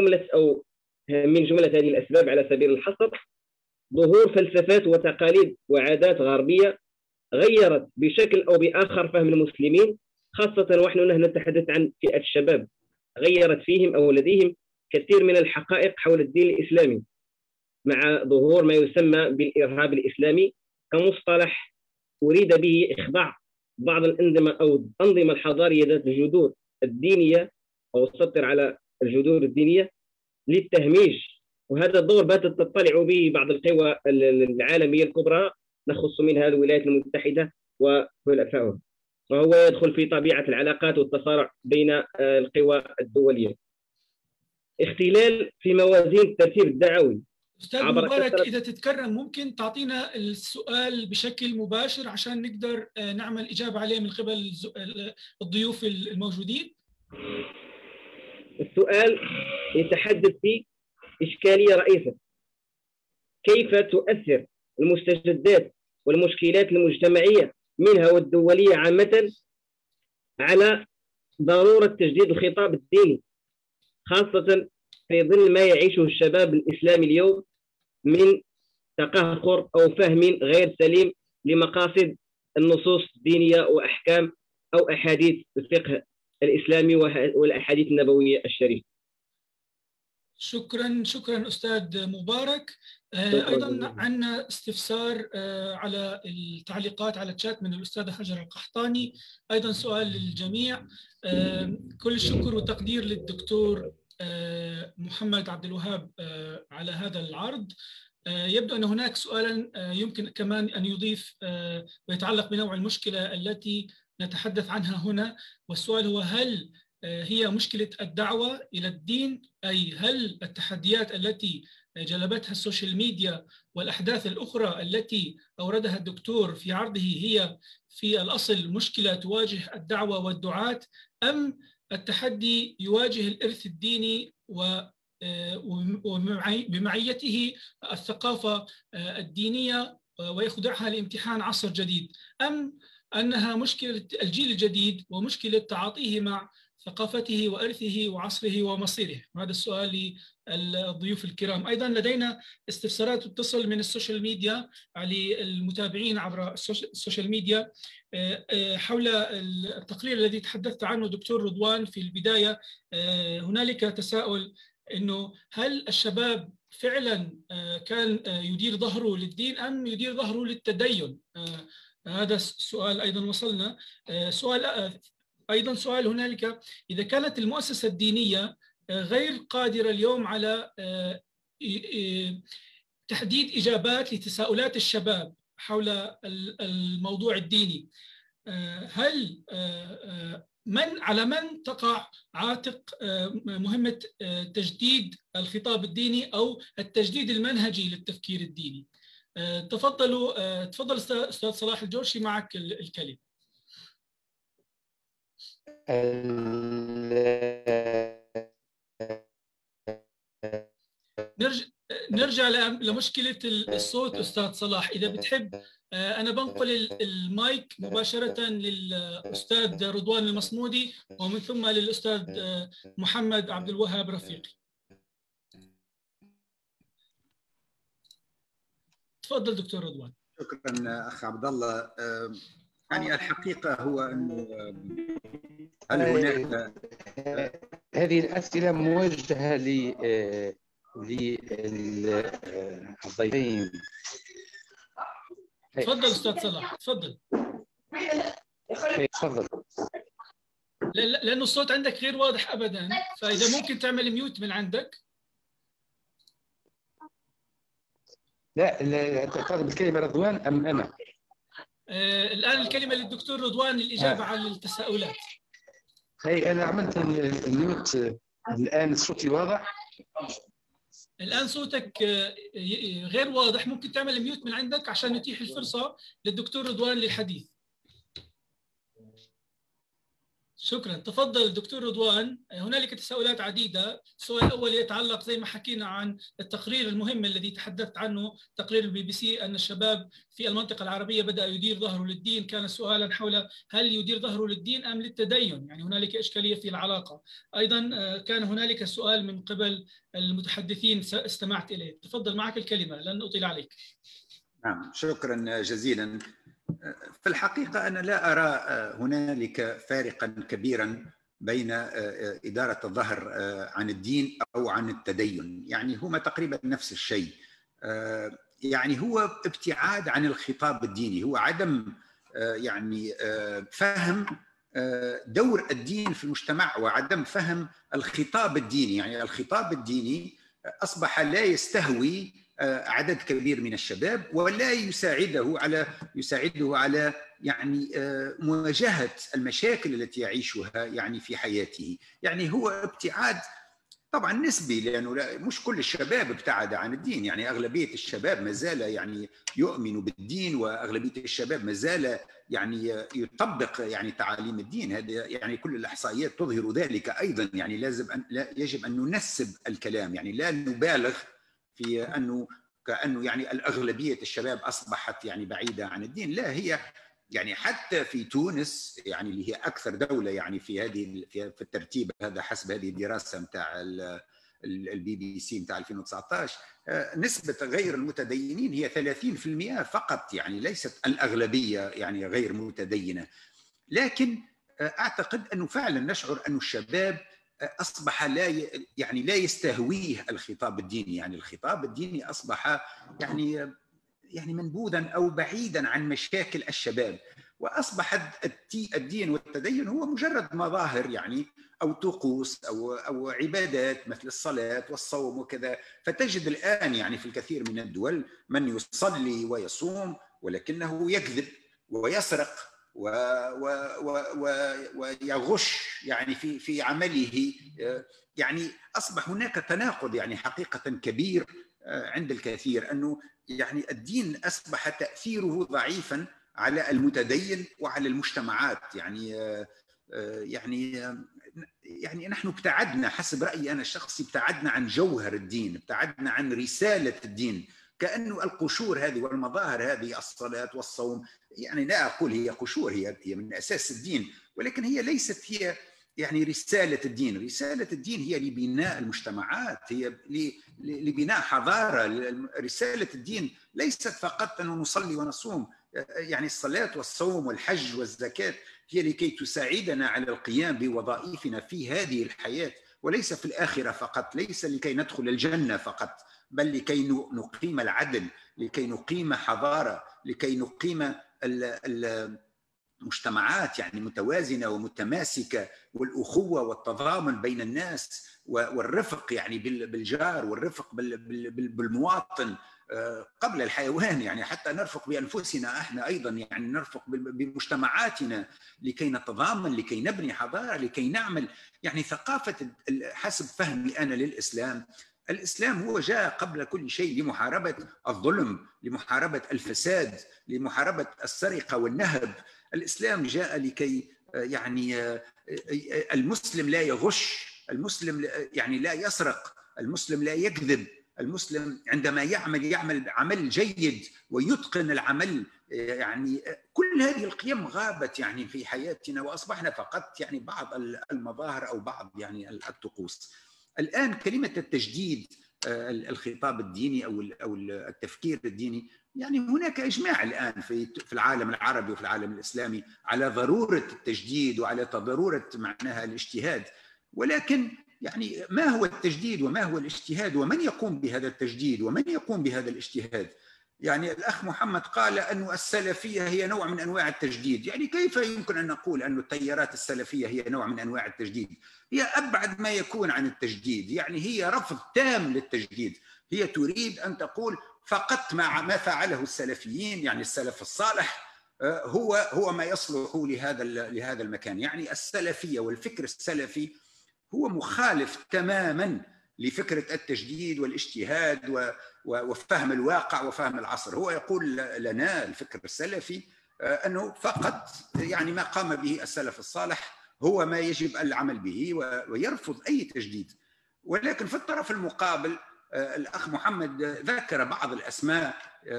Speaker 7: جملة هذه الأسباب على سبيل الحصر: ظهور فلسفات وتقاليد وعادات غربية غيرت بشكل أو بآخر فهم المسلمين، خاصة ونحن نتحدث عن فئة الشباب، غيرت فيهم أو لديهم كثير من الحقائق حول الدين الإسلامي، مع ظهور ما يسمى بالإرهاب الإسلامي كمصطلح أريد به إخضاع بعض الأنظمة أو الأنظمة الحضارية ذات الجذور الدينية أو السطر على الجذور الدينية للتهميش. وهذا الدور باتت تطلع به بعض القوى العالمية الكبرى، نخص منها الولايات المتحدة وحلفائها، وهو يدخل في طبيعة العلاقات والتصارع بين القوى الدولية. اختلال في موازين الترتيب الدعوي.
Speaker 3: أستاذ مبارك، إذا تتكرم ممكن تعطينا السؤال بشكل مباشر عشان نقدر نعمل إجابة عليه من قبل الضيوف الموجودين؟
Speaker 7: السؤال يتحدث في إشكالية رئيسة: كيف تؤثر المستجدات والمشكلات المجتمعية منها والدولية عامة على ضرورة تجديد الخطاب الديني، خاصة في ظل ما يعيشه الشباب الإسلامي اليوم من تقهقر أو فهم غير سليم لمقاصد النصوص الدينية وأحكام أو أحاديث الفقه الإسلامي والأحاديث النبوية الشريفة.
Speaker 3: شكرا أستاذ مبارك. أيضا عندنا استفسار على التعليقات على الشات من الأستاذة هجر القحطاني، أيضا سؤال للجميع. كل الشكر والتقدير للدكتور محمد عبد الوهاب على هذا العرض. يبدو أن هناك سؤالا يمكن كمان أن يضيف ويتعلق بنوع المشكلة التي نتحدث عنها هنا، والسؤال هو: هل هي مشكلة الدعوة إلى الدين؟ أي هل التحديات التي جلبتها السوشيال ميديا والأحداث الأخرى التي أوردها الدكتور في عرضه هي في الأصل مشكلة تواجه الدعوة والدعاة، أم التحدي يواجه الإرث الديني وبمعيته الثقافة الدينية ويخضعها لامتحان عصر جديد، أم أنها مشكلة الجيل الجديد ومشكلة تعاطيه مع ثقافته وإرثه وعصره ومصيره؟ هذا السؤال للضيوف الكرام. أيضا لدينا استفسارات تتصل من السوشيال ميديا للمتابعين عبر السوشيال ميديا حول التقرير الذي تحدثت عنه دكتور رضوان في البداية. هنالك تساؤل إنه هل الشباب فعلا كان يدير ظهره للدين أم يدير ظهره للتدين؟ هذا السؤال أيضا وصلنا. سؤال هنالك، إذا كانت المؤسسة الدينية غير قادرة اليوم على تحديد إجابات لتساؤلات الشباب حول الموضوع الديني، هل على من تقع عاتق مهمة تجديد الخطاب الديني أو التجديد المنهجي للتفكير الديني؟ تفضل أستاذ صلاح الجورشي، معك الكلمة. نرجع لمشكلة الصوت أستاذ صلاح. إذا بتحب أنا بنقل المايك مباشرة للأستاذ رضوان المصمودي ومن ثم للأستاذ محمد عبد الوهاب رفيقي. تفضل دكتور رضوان.
Speaker 4: شكرا أخ عبد الله. يعني الحقيقة هو أنه هل هناك
Speaker 2: هذه الأسئلة موجهة للضيفين.
Speaker 3: تفضل أستاذ صلاح، تفضل.
Speaker 2: تفضل.
Speaker 3: لأنه الصوت عندك غير واضح أبدا، فإذا ممكن تعمل ميوت من عندك.
Speaker 2: لا تطلب الكلمة رضوان أم أنا؟
Speaker 3: الآن الكلمة للدكتور رضوان للإجابة على التساؤلات.
Speaker 2: هي أنا عملت الميوت الآن. صوتي واضح؟
Speaker 3: الآن صوتك غير واضح، ممكن تعمل ميوت من عندك عشان نتيح الفرصة للدكتور رضوان للحديث. شكرا. تفضل دكتور رضوان. هنالك تساؤلات عديدة. السؤال الأول يتعلق زي ما حكينا عن التقرير المهم الذي تحدثت عنه، تقرير البي بي سي، أن الشباب في المنطقة العربية بدأ يدير ظهره للدين. كان سؤالا حول هل يدير ظهره للدين أم للتدين، يعني هنالك إشكالية في العلاقة. أيضا كان هنالك سؤال من قبل المتحدثين استمعت إليه. تفضل، معك الكلمة، لن أطيل عليك.
Speaker 4: نعم، شكرا جزيلا. في الحقيقة أنا لا أرى هنالك فارقا كبيرا بين إدارة الظهر عن الدين أو عن التدين، يعني هما تقريبا نفس الشيء. يعني هو ابتعاد عن الخطاب الديني، هو عدم يعني فهم دور الدين في المجتمع وعدم فهم الخطاب الديني. يعني الخطاب الديني أصبح لا يستهوي عدد كبير من الشباب ولا يساعده على يعني مواجهة المشاكل التي يعيشها يعني في حياته. يعني هو ابتعاد طبعا نسبي، لأنه مش كل الشباب ابتعد عن الدين، يعني أغلبية الشباب ما زال يعني يؤمن بالدين، وأغلبية الشباب ما زال يعني يطبق يعني تعاليم الدين. هذا يعني كل الإحصائيات تظهر ذلك أيضا. يعني يجب أن ننسب الكلام، يعني لا نبالغ في أنه كأنه يعني الأغلبية الشباب أصبحت يعني بعيدة عن الدين. لا، هي يعني حتى في تونس يعني اللي هي أكثر دولة يعني في الترتيب هذا حسب هذه الدراسة متاع البي بي سي متاع 2019، نسبة غير المتدينين هي 30% فقط، يعني ليست الأغلبية يعني غير متدينة. لكن أعتقد أنه فعلا نشعر أن الشباب أصبح لا يستهويه الخطاب الديني. يعني الخطاب الديني أصبح يعني منبوذا أو بعيدا عن مشاكل الشباب، وأصبح الدين والتدين هو مجرد مظاهر يعني أو طقوس أو عبادات مثل الصلاة والصوم وكذا. فتجد الآن يعني في الكثير من الدول من يصلي ويصوم ولكنه يكذب ويسرق ويغش يعني في عمله. يعني أصبح هناك تناقض يعني حقيقة كبير عند الكثير، أنه يعني الدين أصبح تأثيره ضعيفا على المتدين وعلى المجتمعات. يعني نحن ابتعدنا، حسب رأيي أنا الشخصي، ابتعدنا عن جوهر الدين، ابتعدنا عن رسالة الدين. كأنه القشور هذه والمظاهر هذه، الصلاة والصوم، يعني لا أقول هي قشور، هي من أساس الدين، ولكن هي ليست هي يعني رسالة الدين. رسالة الدين هي لبناء المجتمعات، هي لبناء حضارة. رسالة الدين ليست فقط أن نصلي ونصوم، يعني الصلاة والصوم والحج والزكاة هي لكي تساعدنا على القيام بوظائفنا في هذه الحياة وليس في الآخرة فقط، ليس لكي ندخل الجنة فقط، بل لكي نقيم العدل، لكي نقيم حضارة، لكي نقيم مجتمعات يعني متوازنة ومتماسكة، والأخوة والتضامن بين الناس، والرفق يعني بالجار، والرفق بالمواطن قبل الحيوان، يعني حتى نرفق بأنفسنا احنا أيضا، يعني نرفق بمجتمعاتنا لكي نتضامن، لكي نبني حضارة، لكي نعمل يعني ثقافة. حسب فهمي أنا للإسلام، الإسلام هو جاء قبل كل شيء لمحاربة الظلم، لمحاربة الفساد، لمحاربة السرقة والنهب. الإسلام جاء لكي يعني المسلم لا يغش، المسلم يعني لا يسرق، المسلم لا يكذب، المسلم عندما يعمل عمل جيد ويتقن العمل. يعني كل هذه القيم غابت يعني في حياتنا، وأصبحنا فقط يعني بعض المظاهر أو بعض يعني الطقوس. الآن كلمة التجديد، الخطاب الديني أو التفكير الديني، يعني هناك إجماع الآن في العالم العربي وفي العالم الإسلامي على ضرورة التجديد وعلى ضرورة معناها الاجتهاد. ولكن يعني ما هو التجديد وما هو الاجتهاد ومن يقوم بهذا التجديد ومن يقوم بهذا الاجتهاد؟ يعني الأخ محمد قال أن السلفية هي نوع من أنواع التجديد. يعني كيف يمكن أن نقول أن التيارات السلفية هي نوع من أنواع التجديد؟ هي أبعد ما يكون عن التجديد، يعني هي رفض تام للتجديد. هي تريد أن تقول فقط ما فعله السلفيين، يعني السلف الصالح هو ما يصلح لهذا المكان. يعني السلفية والفكر السلفي هو مخالف تماما لفكرة التجديد والاجتهاد وفهم الواقع وفهم العصر. هو يقول لنا الفكر السلفي أنه فقط يعني ما قام به السلف الصالح هو ما يجب العمل به، ويرفض أي تجديد. ولكن في الطرف المقابل الأخ محمد ذكر بعض الأسماء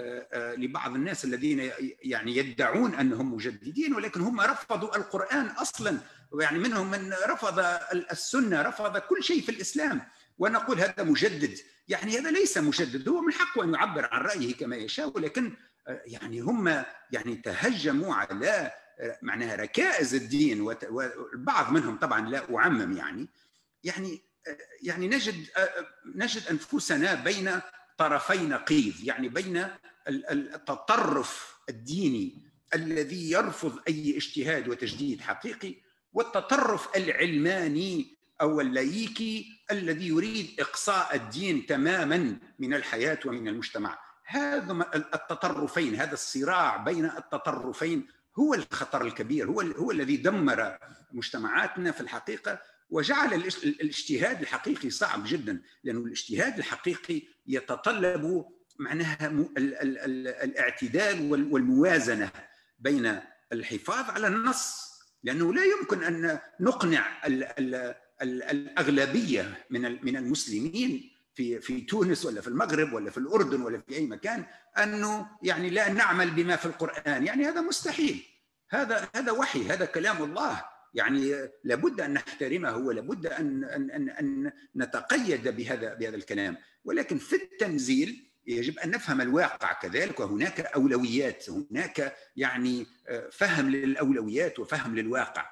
Speaker 4: لبعض الناس الذين يعني يدعون أنهم مجددين، ولكن هم رفضوا القرآن أصلا، يعني منهم من رفض السنة، رفض كل شيء في الإسلام، ونقول هذا مجدد. يعني هذا ليس مجدد، هو من حقه أن يعبر عن رأيه كما يشاء، ولكن يعني هم يعني تهجموا على معناها ركائز الدين، والبعض منهم طبعا لا أعمم، يعني نجد أنفسنا بين طرفي نقيض، يعني بين التطرف الديني الذي يرفض أي اجتهاد وتجديد حقيقي، والتطرف العلماني أو اللايكي الذي يريد إقصاء الدين تماما من الحياة ومن المجتمع. هذا التطرفين، هذا الصراع بين التطرفين هو الخطر الكبير، هو الذي دمر مجتمعاتنا في الحقيقة، وجعل الاجتهاد الحقيقي صعب جدا، لأن الاجتهاد الحقيقي يتطلب معناها الاعتدال والموازنة بين الحفاظ على النص، لأنه لا يمكن أن نقنع الأغلبية من المسلمين في تونس ولا في المغرب ولا في الأردن ولا في أي مكان أنه يعني لا نعمل بما في القرآن. يعني هذا مستحيل، هذا وحي، هذا كلام الله، يعني لابد أن نحترمه ولابد أن نتقيد بهذا الكلام. ولكن في التنزيل يجب أن نفهم الواقع كذلك، وهناك أولويات، هناك يعني فهم للأولويات وفهم للواقع.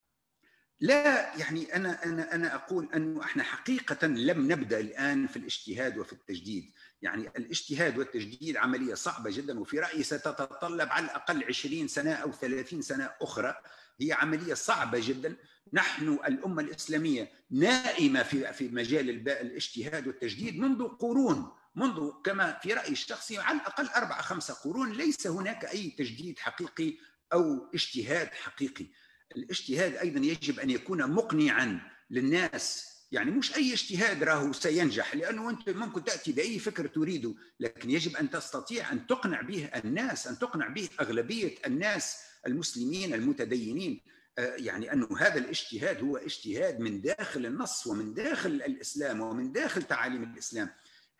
Speaker 4: لا يعني أنا أقول أنه إحنا حقيقة لم نبدأ الآن في الاجتهاد وفي التجديد. يعني الاجتهاد والتجديد عملية صعبة جدا، وفي رأيي ستتطلب على الأقل 20 سنة أو 30 سنة أخرى. هي عملية صعبة جدا. نحن الأمة الإسلامية نائمة في مجال الاجتهاد والتجديد منذ قرون، منذ كما في رأيي الشخصي على الأقل 4-5 قرون ليس هناك أي تجديد حقيقي أو اجتهاد حقيقي. الاجتهاد أيضا يجب أن يكون مقنعا للناس، يعني مش أي اجتهاد راه سينجح، لأنه أنت ممكن تأتي بأي فكر تريده، لكن يجب أن تستطيع أن تقنع به الناس، أن تقنع به أغلبية الناس المسلمين المتدينين، يعني أنه هذا الاجتهاد هو اجتهاد من داخل النص ومن داخل الإسلام ومن داخل تعاليم الإسلام.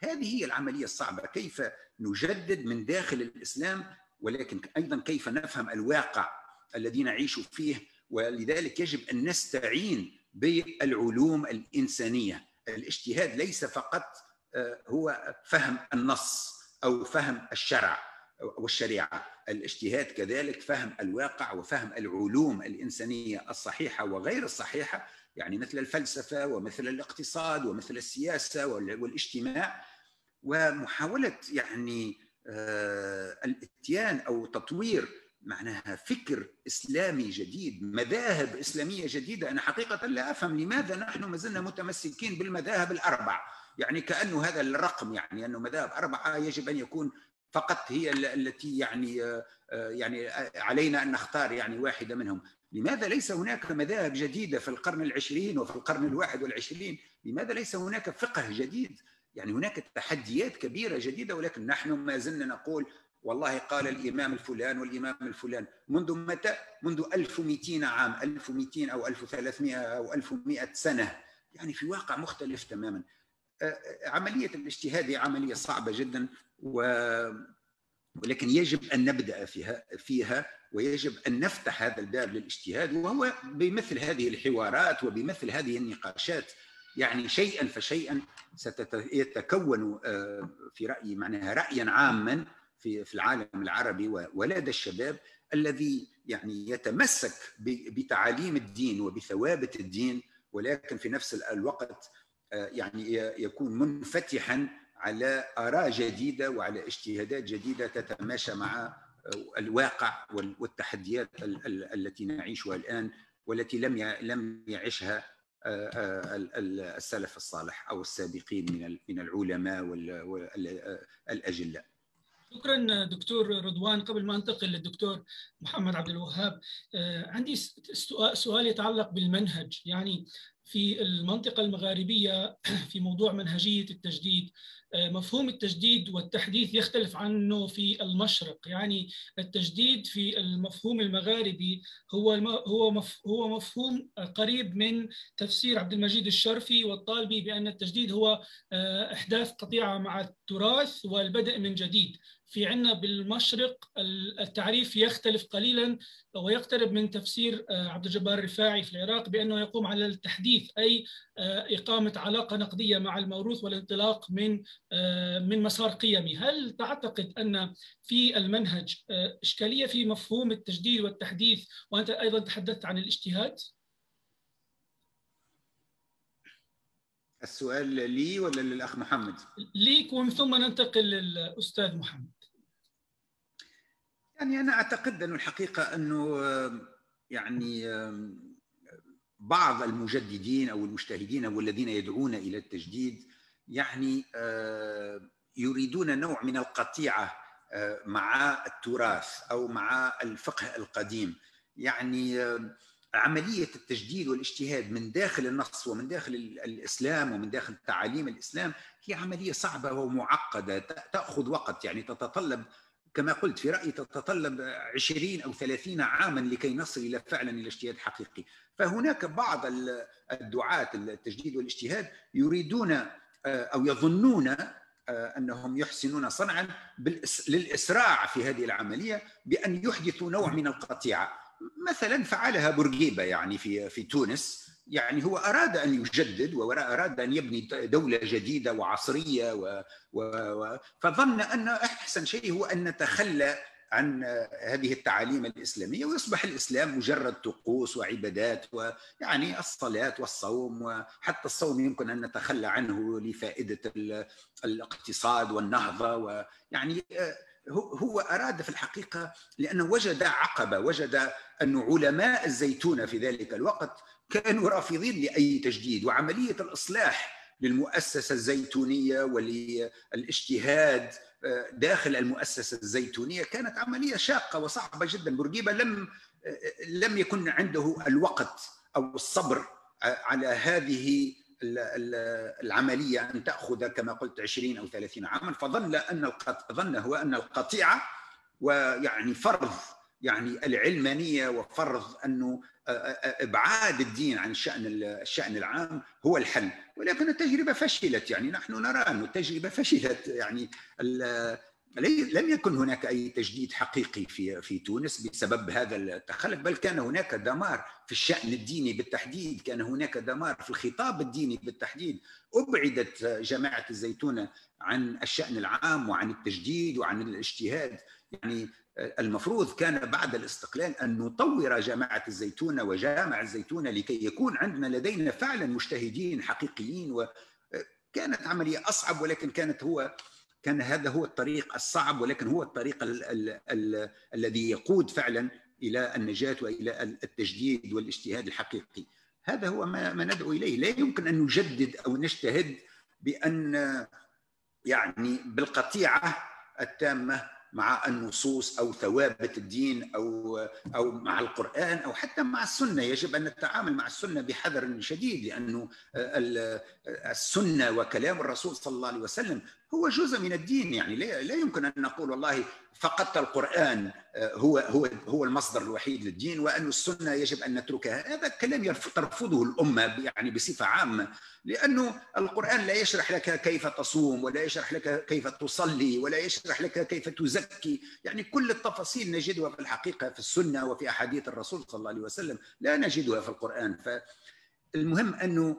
Speaker 4: هذه هي العملية الصعبة، كيف نجدد من داخل الإسلام، ولكن أيضا كيف نفهم الواقع الذي نعيش فيه. ولذلك يجب أن نستعين بالعلوم الإنسانية. الاجتهاد ليس فقط هو فهم النص أو فهم الشرع والشريعة، الاجتهاد كذلك فهم الواقع وفهم العلوم الإنسانية الصحيحة وغير الصحيحة، يعني مثل الفلسفة ومثل الاقتصاد ومثل السياسة والاجتماع، ومحاولة يعني الاتيان أو تطوير معناها فكر إسلامي جديد، مذاهب إسلامية جديدة. أنا حقيقة لا أفهم لماذا نحن ما زلنا متمسكين بالمذاهب الأربع، يعني كأنه هذا الرقم، يعني أنه مذاهب أربعة يجب أن يكون فقط هي التي يعني علينا أن نختار يعني واحدة منهم. لماذا ليس هناك مذاهب جديدة في القرن العشرين وفي القرن 21؟ لماذا ليس هناك فقه جديد؟ يعني هناك تحديات كبيرة جديدة، ولكن نحن ما زلنا نقول والله قال الإمام الفلان والإمام الفلان. منذ متى؟ منذ 1200 عام، 1200 أو 1300 أو 1100 سنة، يعني في واقع مختلف تماما. عملية الاجتهاد هي عملية صعبة جدا، ولكن يجب أن نبدأ فيها ويجب أن نفتح هذا الباب للاجتهاد، وهو بمثل هذه الحوارات وبمثل هذه النقاشات، يعني شيئا فشيئا سيتكون في رأيي معناها رأيا عاما في العالم العربي ولدى الشباب الذي يعني يتمسك بتعاليم الدين وبثوابت الدين، ولكن في نفس الوقت يعني يكون منفتحا على آراء جديدة وعلى اجتهادات جديدة تتماشى مع الواقع والتحديات التي نعيشها الآن، والتي لم يعيشها السلف الصالح أو السابقين من العلماء والأجلاء.
Speaker 3: شكرا دكتور رضوان. قبل ما انتقل للدكتور محمد عبد الوهاب، عندي سؤال يتعلق بالمنهج. يعني في المنطقة المغاربية في موضوع منهجية التجديد، مفهوم التجديد والتحديث يختلف عنه في المشرق. يعني التجديد في المفهوم المغاربي هو مفهوم قريب من تفسير عبد المجيد الشرفي والطالبي بأن التجديد هو إحداث قطيعة مع التراث والبدء من جديد. في عنا بالمشرق التعريف يختلف قليلا ويقترب من تفسير عبد الجبار الرفاعي في العراق بأنه يقوم على التحديث، أي إقامة علاقة نقدية مع الموروث والانطلاق من مسار قيمي. هل تعتقد أن في المنهج إشكالية في مفهوم التجديد والتحديث؟ وأنت أيضا تحدثت عن الاجتهاد.
Speaker 4: السؤال لي ولا للأخ محمد؟
Speaker 3: ليك، ومن ثم ننتقل للأستاذ محمد.
Speaker 4: يعني أنا أعتقد أنه الحقيقة أنه يعني بعض المجددين أو المجتهدين والذين يدعون إلى التجديد يعني يريدون نوع من القطيعة مع التراث أو مع الفقه القديم. يعني عملية التجديد والاجتهاد من داخل النص ومن داخل الإسلام ومن داخل تعاليم الإسلام هي عملية صعبة ومعقدة تأخذ وقت، يعني تتطلب كما قلت في رأيي تتطلب 20 أو 30 عاما لكي نصل إلى فعلا إلى اجتهاد حقيقي. فهناك بعض الدعاة التجديد والاجتهاد يريدون أو يظنون أنهم يحسنون صنعا للإسراع في هذه العملية بأن يحدثوا نوع من القطيعة. مثلا فعلها بورقيبة يعني في تونس، يعني هو أراد أن يجدد وأراد أن يبني دولة جديدة وعصرية فظن أن أحسن شيء هو أن نتخلى عن هذه التعاليم الإسلامية ويصبح الإسلام مجرد طقوس وعبادات، ويعني الصلاة والصوم، وحتى الصوم يمكن أن نتخلى عنه لفائدة الاقتصاد والنهضة. ويعني هو أراد في الحقيقة لأنه وجد عقبة، وجد أن علماء الزيتونة في ذلك الوقت كانوا رافضين لأي تجديد، وعملية الإصلاح للمؤسسة الزيتونية وللاجتهاد داخل المؤسسة الزيتونية كانت عملية شاقة وصعبة جدا. بورقيبة لم يكن عنده الوقت أو الصبر على هذه العملية أن تأخذ كما قلت 20 أو 30 عاما، فظن هو أن القطيعة ويعني فرض يعني العلمانية وفرض أنه إبعاد الدين عن الشأن العام هو الحل، ولكن التجربة فشلت. يعني نحن نرى أن التجربة فشلت. يعني لم يكن هناك أي تجديد حقيقي في تونس بسبب هذا التخلف، بل كان هناك دمار في الشأن الديني بالتحديد، كان هناك دمار في الخطاب الديني بالتحديد. أبعدت جماعة الزيتونة عن الشأن العام وعن التجديد وعن الاجتهاد. يعني المفروض كان بعد الاستقلال أن نطور جماعة الزيتونة وجامع الزيتونة لكي يكون لدينا فعلا مجتهدين حقيقيين، وكانت عملية أصعب، ولكن كان هذا هو الطريق الصعب، ولكن هو الطريق الذي يقود فعلا إلى النجاة وإلى التجديد والاجتهاد الحقيقي. هذا هو ما ندعو إليه. لا يمكن أن نجدد أو نجتهد بأن يعني بالقطيعة التامة مع النصوص أو ثوابت الدين أو مع القرآن أو حتى مع السنة. يجب أن نتعامل مع السنة بحذر شديد، لأنه السنة وكلام الرسول صلى الله عليه وسلم هو جزء من الدين. يعني لا يمكن أن نقول والله فقط القرآن هو المصدر الوحيد للدين وأن السنة يجب أن نتركها. هذا كلام ترفضه الأمة يعني بصفة عامة، لأنه القرآن لا يشرح لك كيف تصوم، ولا يشرح لك كيف تصلي، ولا يشرح لك كيف تزكي. يعني كل التفاصيل نجدها في الحقيقة في السنة وفي أحاديث الرسول صلى الله عليه وسلم، لا نجدها في القرآن. فالمهم أنه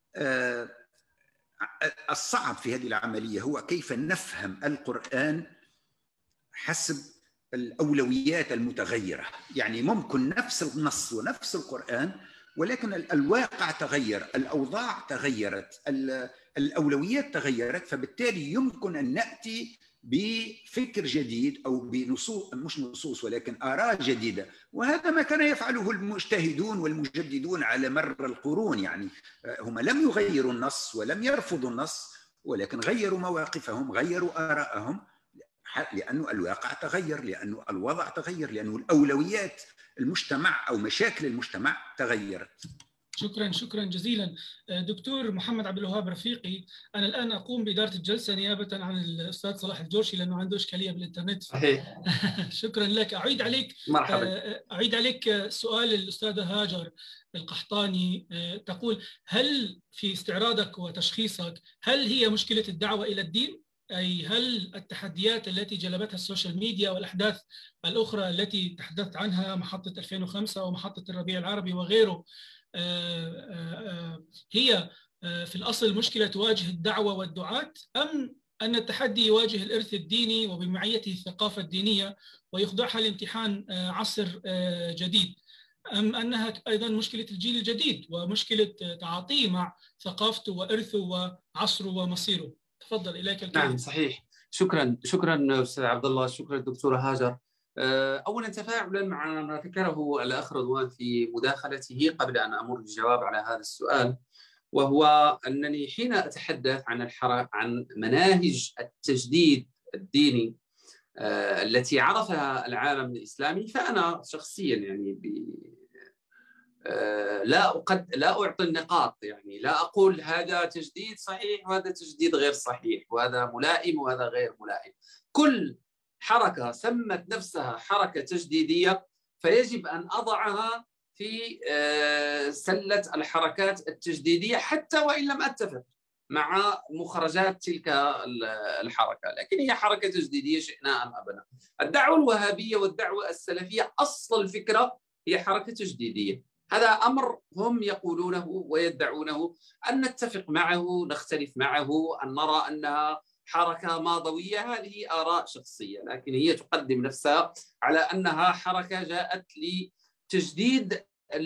Speaker 4: الصعب في هذه العملية هو كيف نفهم القرآن حسب الأولويات المتغيرة. يعني ممكن نفس النص ونفس القرآن، ولكن الواقع تغير، الأوضاع تغيرت، الأولويات تغيرت، فبالتالي يمكن أن نأتي بفكر جديد أو بنصوص، مش نصوص ولكن آراء جديدة. وهذا ما كان يفعله المجتهدون والمجددون على مر القرون. يعني هم لم يغيروا النص ولم يرفضوا النص، ولكن غيروا مواقفهم، غيروا آراءهم، لأن الواقع تغير، لأن الوضع تغير، لأن الأولويات المجتمع أو مشاكل المجتمع تغيرت.
Speaker 3: شكرا جزيلا دكتور محمد عبد الوهاب رفيقي. أنا الآن أقوم بإدارة الجلسة نيابة عن الأستاذ صلاح الجورشي لأنه عنده إشكالية بالإنترنت.
Speaker 6: صحيح.
Speaker 3: شكرا لك. أعيد عليك سؤال الأستاذة هاجر القحطاني. تقول: هل في استعراضك وتشخيصك هل هي مشكلة الدعوة إلى الدين؟ أي هل التحديات التي جلبتها السوشيال ميديا والأحداث الأخرى التي تحدثت عنها، محطة 2005 ومحطة الربيع العربي وغيره، هي في الأصل مشكلة تواجه الدعوة والدعاة، أم أن التحدي يواجه الإرث الديني وبمعيته الثقافة الدينية ويخضعها لامتحان عصر جديد، أم أنها أيضا مشكلة الجيل الجديد ومشكلة تعاطيه مع ثقافته وإرثه وعصره ومصيره؟ تفضل، إليك الكلمة.
Speaker 6: نعم صحيح. شكرا أستاذ عبد الله، شكرا دكتورة هاجر. أولا تفاعلا مع ما ذكره الأخ رضوان في مداخلته قبل أن أمر بالجواب على هذا السؤال، وهو أنني حين أتحدث عن مناهج التجديد الديني التي عرفها العالم الإسلامي، فأنا شخصيا يعني لا أعطي النقاط. يعني لا أقول هذا تجديد صحيح وهذا تجديد غير صحيح وهذا ملائم وهذا غير ملائم. كل حركة سمت نفسها حركة تجديدية فيجب أن أضعها في سلة الحركات التجديدية حتى وإن لم أتفق مع مخرجات تلك الحركة، لكن هي حركة تجديدية شئنا أم أبنا. الدعوة الوهابية والدعوة السلفية أصل الفكرة هي حركة تجديدية. هذا أمر هم يقولونه ويدعونه، أن نتفق معه نختلف معه، أن نرى أنها حركة ماضوية، هذه آراء شخصية، لكن هي تقدم نفسها على أنها حركة جاءت لتجديد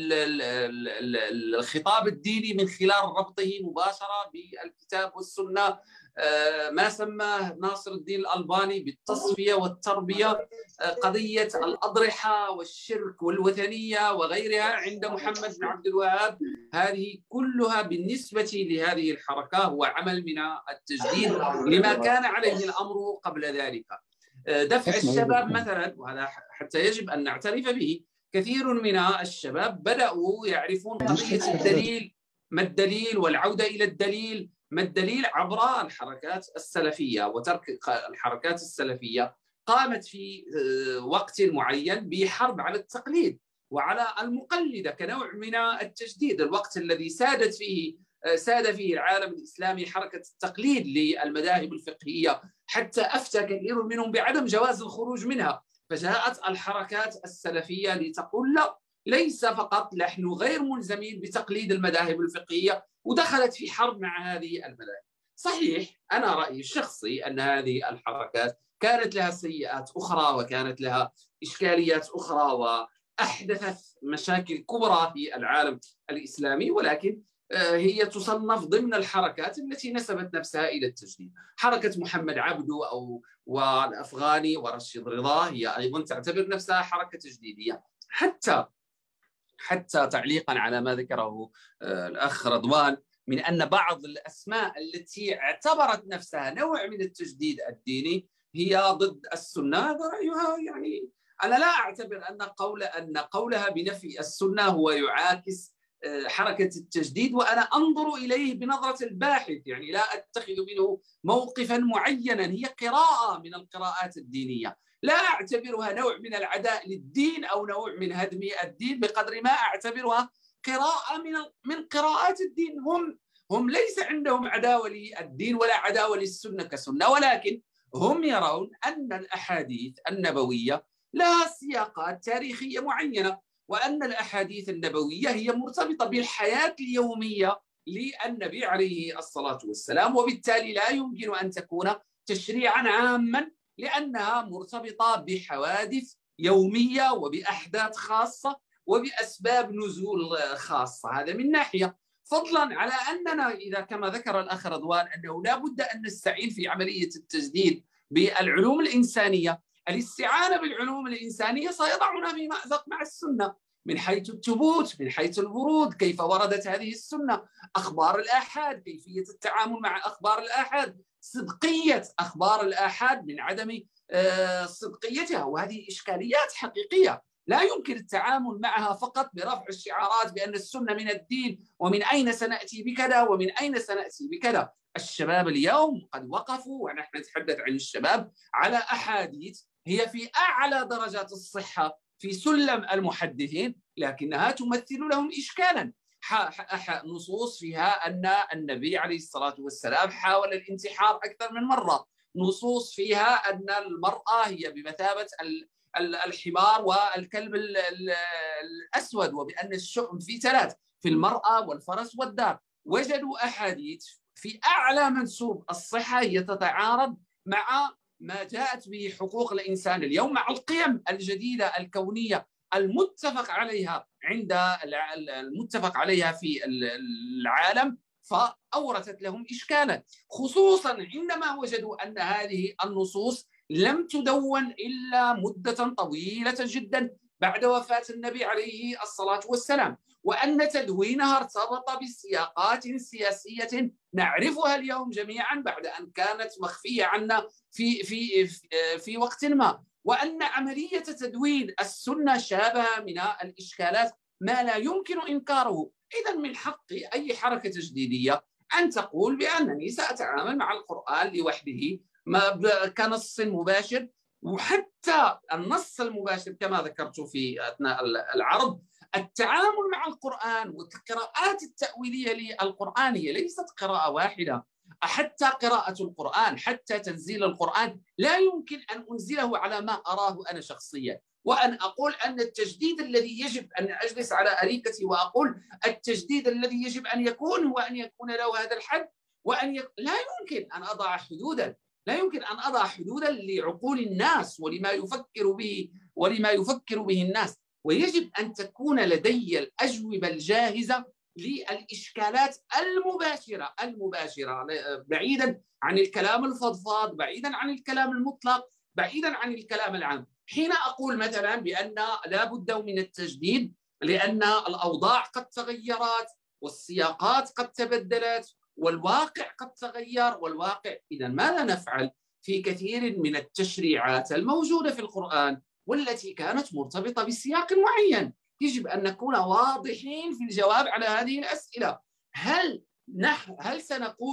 Speaker 6: الخطاب الديني من خلال ربطه مباشرة بالكتاب والسنة، ما سماه ناصر الدين الألباني بالتصفية والتربية، قضية الأضرحة والشرك والوثنية وغيرها عند محمد بن عبد الوهاب، هذه كلها بالنسبة لهذه الحركة هو عمل من التجديد لما كان عليه الأمر قبل ذلك. دفع الشباب مثلا، وهذا حتى يجب أن نعترف به، كثير من الشباب بدأوا يعرفون قضية الدليل، ما الدليل والعودة إلى الدليل، ما الدليل عبر الحركات السلفية وترك الحركات السلفية قامت في وقت معين بحرب على التقليد وعلى المقلدة كنوع من التجديد. الوقت الذي ساد فيه العالم الإسلامي حركة التقليد للمذاهب الفقهية، حتى أفتى كثير منهم بعدم جواز الخروج منها. فجاءت الحركات السلفية لتقول لا، ليس فقط نحن غير ملزمين بتقليد المذاهب الفقهية، ودخلت في حرب مع هذه المذاهب. صحيح، أنا رأيي الشخصي أن هذه الحركات كانت لها سيئات أخرى وكانت لها إشكاليات أخرى وأحدثت مشاكل كبرى في العالم الإسلامي، ولكن هي تصنف ضمن الحركات التي نسبت نفسها إلى التجديد. حركة محمد عبده والأفغاني ورشيد رضا هي أيضا تعتبر نفسها حركة تجديدية. حتى تعليقا على ما ذكره الأخ رضوان من أن بعض الأسماء التي اعتبرت نفسها نوع من التجديد الديني هي ضد السنة، هذا رأيها. يعني أنا لا أعتبر أن قولها بنفي السنة هو يعاكس حركة التجديد، وأنا أنظر إليه بنظرة الباحث، يعني لا أتخذ منه موقفا معينا. هي قراءة من القراءات الدينية، لا أعتبرها نوع من العداء للدين أو نوع من هدم الدين، بقدر ما أعتبرها قراءة من قراءات الدين. هم ليس عندهم عداوة للدين ولا عداوة للسنة كسنة، ولكن هم يرون أن الأحاديث النبوية لها سياقات تاريخية معينة، وأن الأحاديث النبوية هي مرتبطة بالحياة اليومية للنبي عليه الصلاة والسلام، وبالتالي لا يمكن أن تكون تشريعا عاما، لأنها مرتبطة بحوادث يومية وبأحداث خاصة وبأسباب نزول خاصة. هذا من ناحية، فضلا على أننا إذا كما ذكر الأخ رضوان أنه لا بد أن نستعين في عملية التجديد بالعلوم الإنسانية. الاستعانة بالعلوم الإنسانية سيضعنا في مأزق مع السنة من حيث الثبوت، من حيث الورود، كيف وردت هذه السنة، أخبار الآحاد، كيفية التعامل مع أخبار الآحاد، صدقية أخبار الآحاد من عدم صدقيتها. وهذه إشكاليات حقيقية لا يمكن التعامل معها فقط برفع الشعارات بأن السنة من الدين ومن أين سنأتي بكذا ومن أين سنأتي بكذا. الشباب اليوم قد وقفوا، ونحن نتحدث عن الشباب، على أحاديث هي في أعلى درجات الصحة في سلم المحدثين، لكنها تمثل لهم إشكالا. نصوص فيها أن النبي عليه الصلاة والسلام حاول الانتحار أكثر من مرة، نصوص فيها أن المرأة هي بمثابة الحمار والكلب الأسود، وبأن الشؤم في ثلاث، في المرأة والفرس والدار. وجدوا أحاديث في أعلى منسوب الصحة هي تتعارض مع ما جاءت به حقوق الإنسان اليوم، مع القيم الجديدة الكونية المتفق عليها في العالم، فأورثت لهم إشكالا، خصوصا عندما وجدوا أن هذه النصوص لم تدون إلا مدة طويلة جدا بعد وفاة النبي عليه الصلاة والسلام، وأن تدوينها ارتبط بسياقات سياسية نعرفها اليوم جميعا بعد أن كانت مخفية عنا في وقت ما، وأن عملية تدوين السنة شابه من الإشكالات ما لا يمكن إنكاره. إذن من حق أي حركة تجديدية أن تقول بأنني سأتعامل مع القرآن لوحده كنص مباشر، وحتى النص المباشر كما ذكرت في أثناء العرض، التعامل مع القرآن والقراءات التأويلية للقرآن هي ليست قراءة واحدة. حتى قراءة القرآن، حتى تنزيل القرآن لا يمكن أن أنزله على ما أراه أنا شخصيا، وأن أقول أن التجديد الذي يجب أن أجلس على أريكتي وأقول التجديد الذي يجب أن يكون هو أن يكون له هذا الحد، لا يمكن أن أضع حدودا، لا يمكن أن أضع حدودا لعقول الناس ولما يفكر به الناس. ويجب أن تكون لدي الأجوبة الجاهزة للإشكالات المباشرة بعيدا عن الكلام الفضفاض، بعيدا عن الكلام المطلق، بعيدا عن الكلام العام. حين أقول مثلا بأن لا بد من التجديد لأن الأوضاع قد تغيرت والسياقات قد تبدلت والواقع قد تغير، إذا ماذا نفعل في كثير من التشريعات الموجودة في القرآن والتي كانت مرتبطة بسياق معين؟ يجب أن نكون واضحين في الجواب على هذه الأسئلة. هل سنقول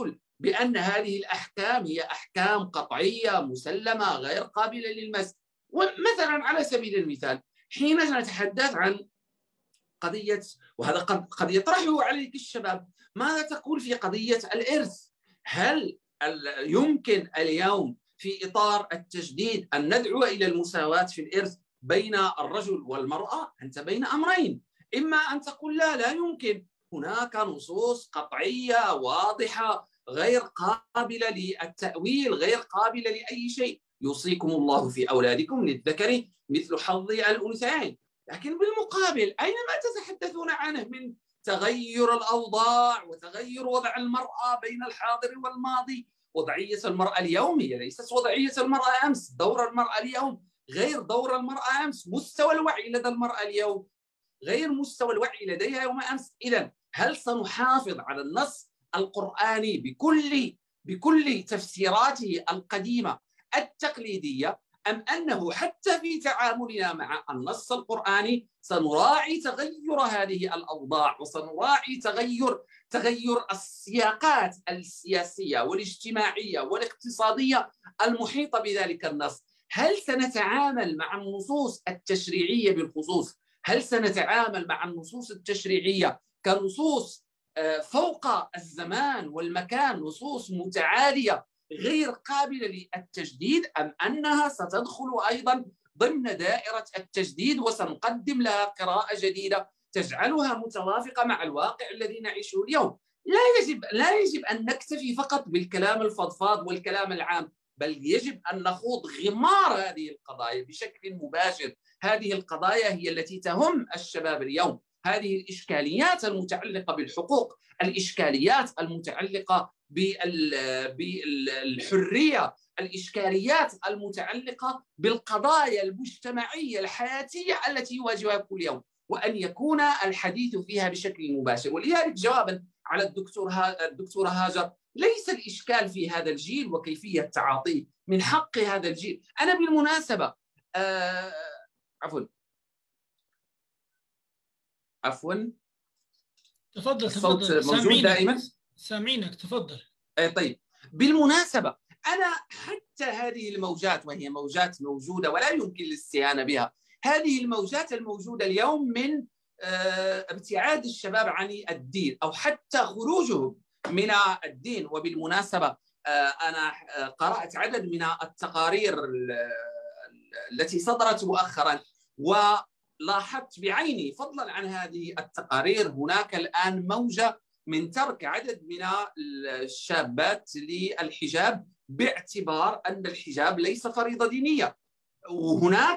Speaker 6: بأن هذه الأحكام هي أحكام قطعية مسلمة غير قابلة للمس. ومثلا على سبيل المثال حين نتحدث عن قضية، وهذا قد يطرحه عليك الشباب، ماذا تقول في قضية الإرث؟ هل يمكن اليوم في إطار التجديد أن ندعو إلى المساواة في الإرث بين الرجل والمرأة؟ أنت بين أمرين، إما أن تقول لا يمكن، هناك نصوص قطعية واضحة غير قابلة للتأويل، غير قابلة لأي شيء، يوصيكم الله في أولادكم للذكر مثل حظ الأنثيين. لكن بالمقابل أين ما تتحدثون عنه من تغير الأوضاع وتغير وضع المرأة بين الحاضر والماضي؟ وضعية المرأة اليوم هي ليست وضعية المرأة أمس، دور المرأة اليوم غير دور المرأة أمس، مستوى الوعي لدى المرأة اليوم غير مستوى الوعي لديها يوم أمس. إذن هل سنحافظ على النص القرآني بكل تفسيراته القديمة التقليدية، أم أنه حتى في تعاملنا مع النص القرآني سنراعي تغير هذه الأوضاع وسنراعي تغير السياقات السياسية والاجتماعية والاقتصادية المحيطة بذلك النص؟ هل سنتعامل مع النصوص التشريعية بالخصوص؟ هل سنتعامل مع النصوص التشريعية كنصوص فوق الزمان والمكان، نصوص متعالية غير قابلة للتجديد، أم أنها ستدخل أيضا ضمن دائرة التجديد وسنقدم لها قراءة جديدة تجعلها متوافقة مع الواقع الذي نعيشه اليوم؟ لا يجب أن نكتفي فقط بالكلام الفضفاض والكلام العام، بل يجب أن نخوض غمار هذه القضايا بشكل مباشر. هذه القضايا هي التي تهم الشباب اليوم، هذه الإشكاليات المتعلقة بالحقوق، الإشكاليات المتعلقة بالحرية، الإشكاليات المتعلقة بالقضايا المجتمعية الحياتية التي يواجهها كل يوم، وأن يكون الحديث فيها بشكل مباشر. ولذلك جوابا على الدكتورة هاجر، ليس الإشكال في هذا الجيل وكيفية تعاطيه، من حق هذا الجيل. أنا بالمناسبة عفوا
Speaker 3: تفضل
Speaker 6: الصوت موجود دائما،
Speaker 3: سامعينك تفضل.
Speaker 6: طيب بالمناسبة أنا حتى هذه الموجات، وهي موجات موجودة ولا يمكن الاستهانة بها، هذه الموجات الموجودة اليوم من ابتعاد الشباب عن الدين أو حتى خروجهم من الدين. وبالمناسبة أنا قرأت عدد من التقارير التي صدرت مؤخرا، ولاحظت بعيني فضلا عن هذه التقارير هناك الآن موجة من ترك عدد من الشابات للحجاب باعتبار أن الحجاب ليس فريضة دينية. وهناك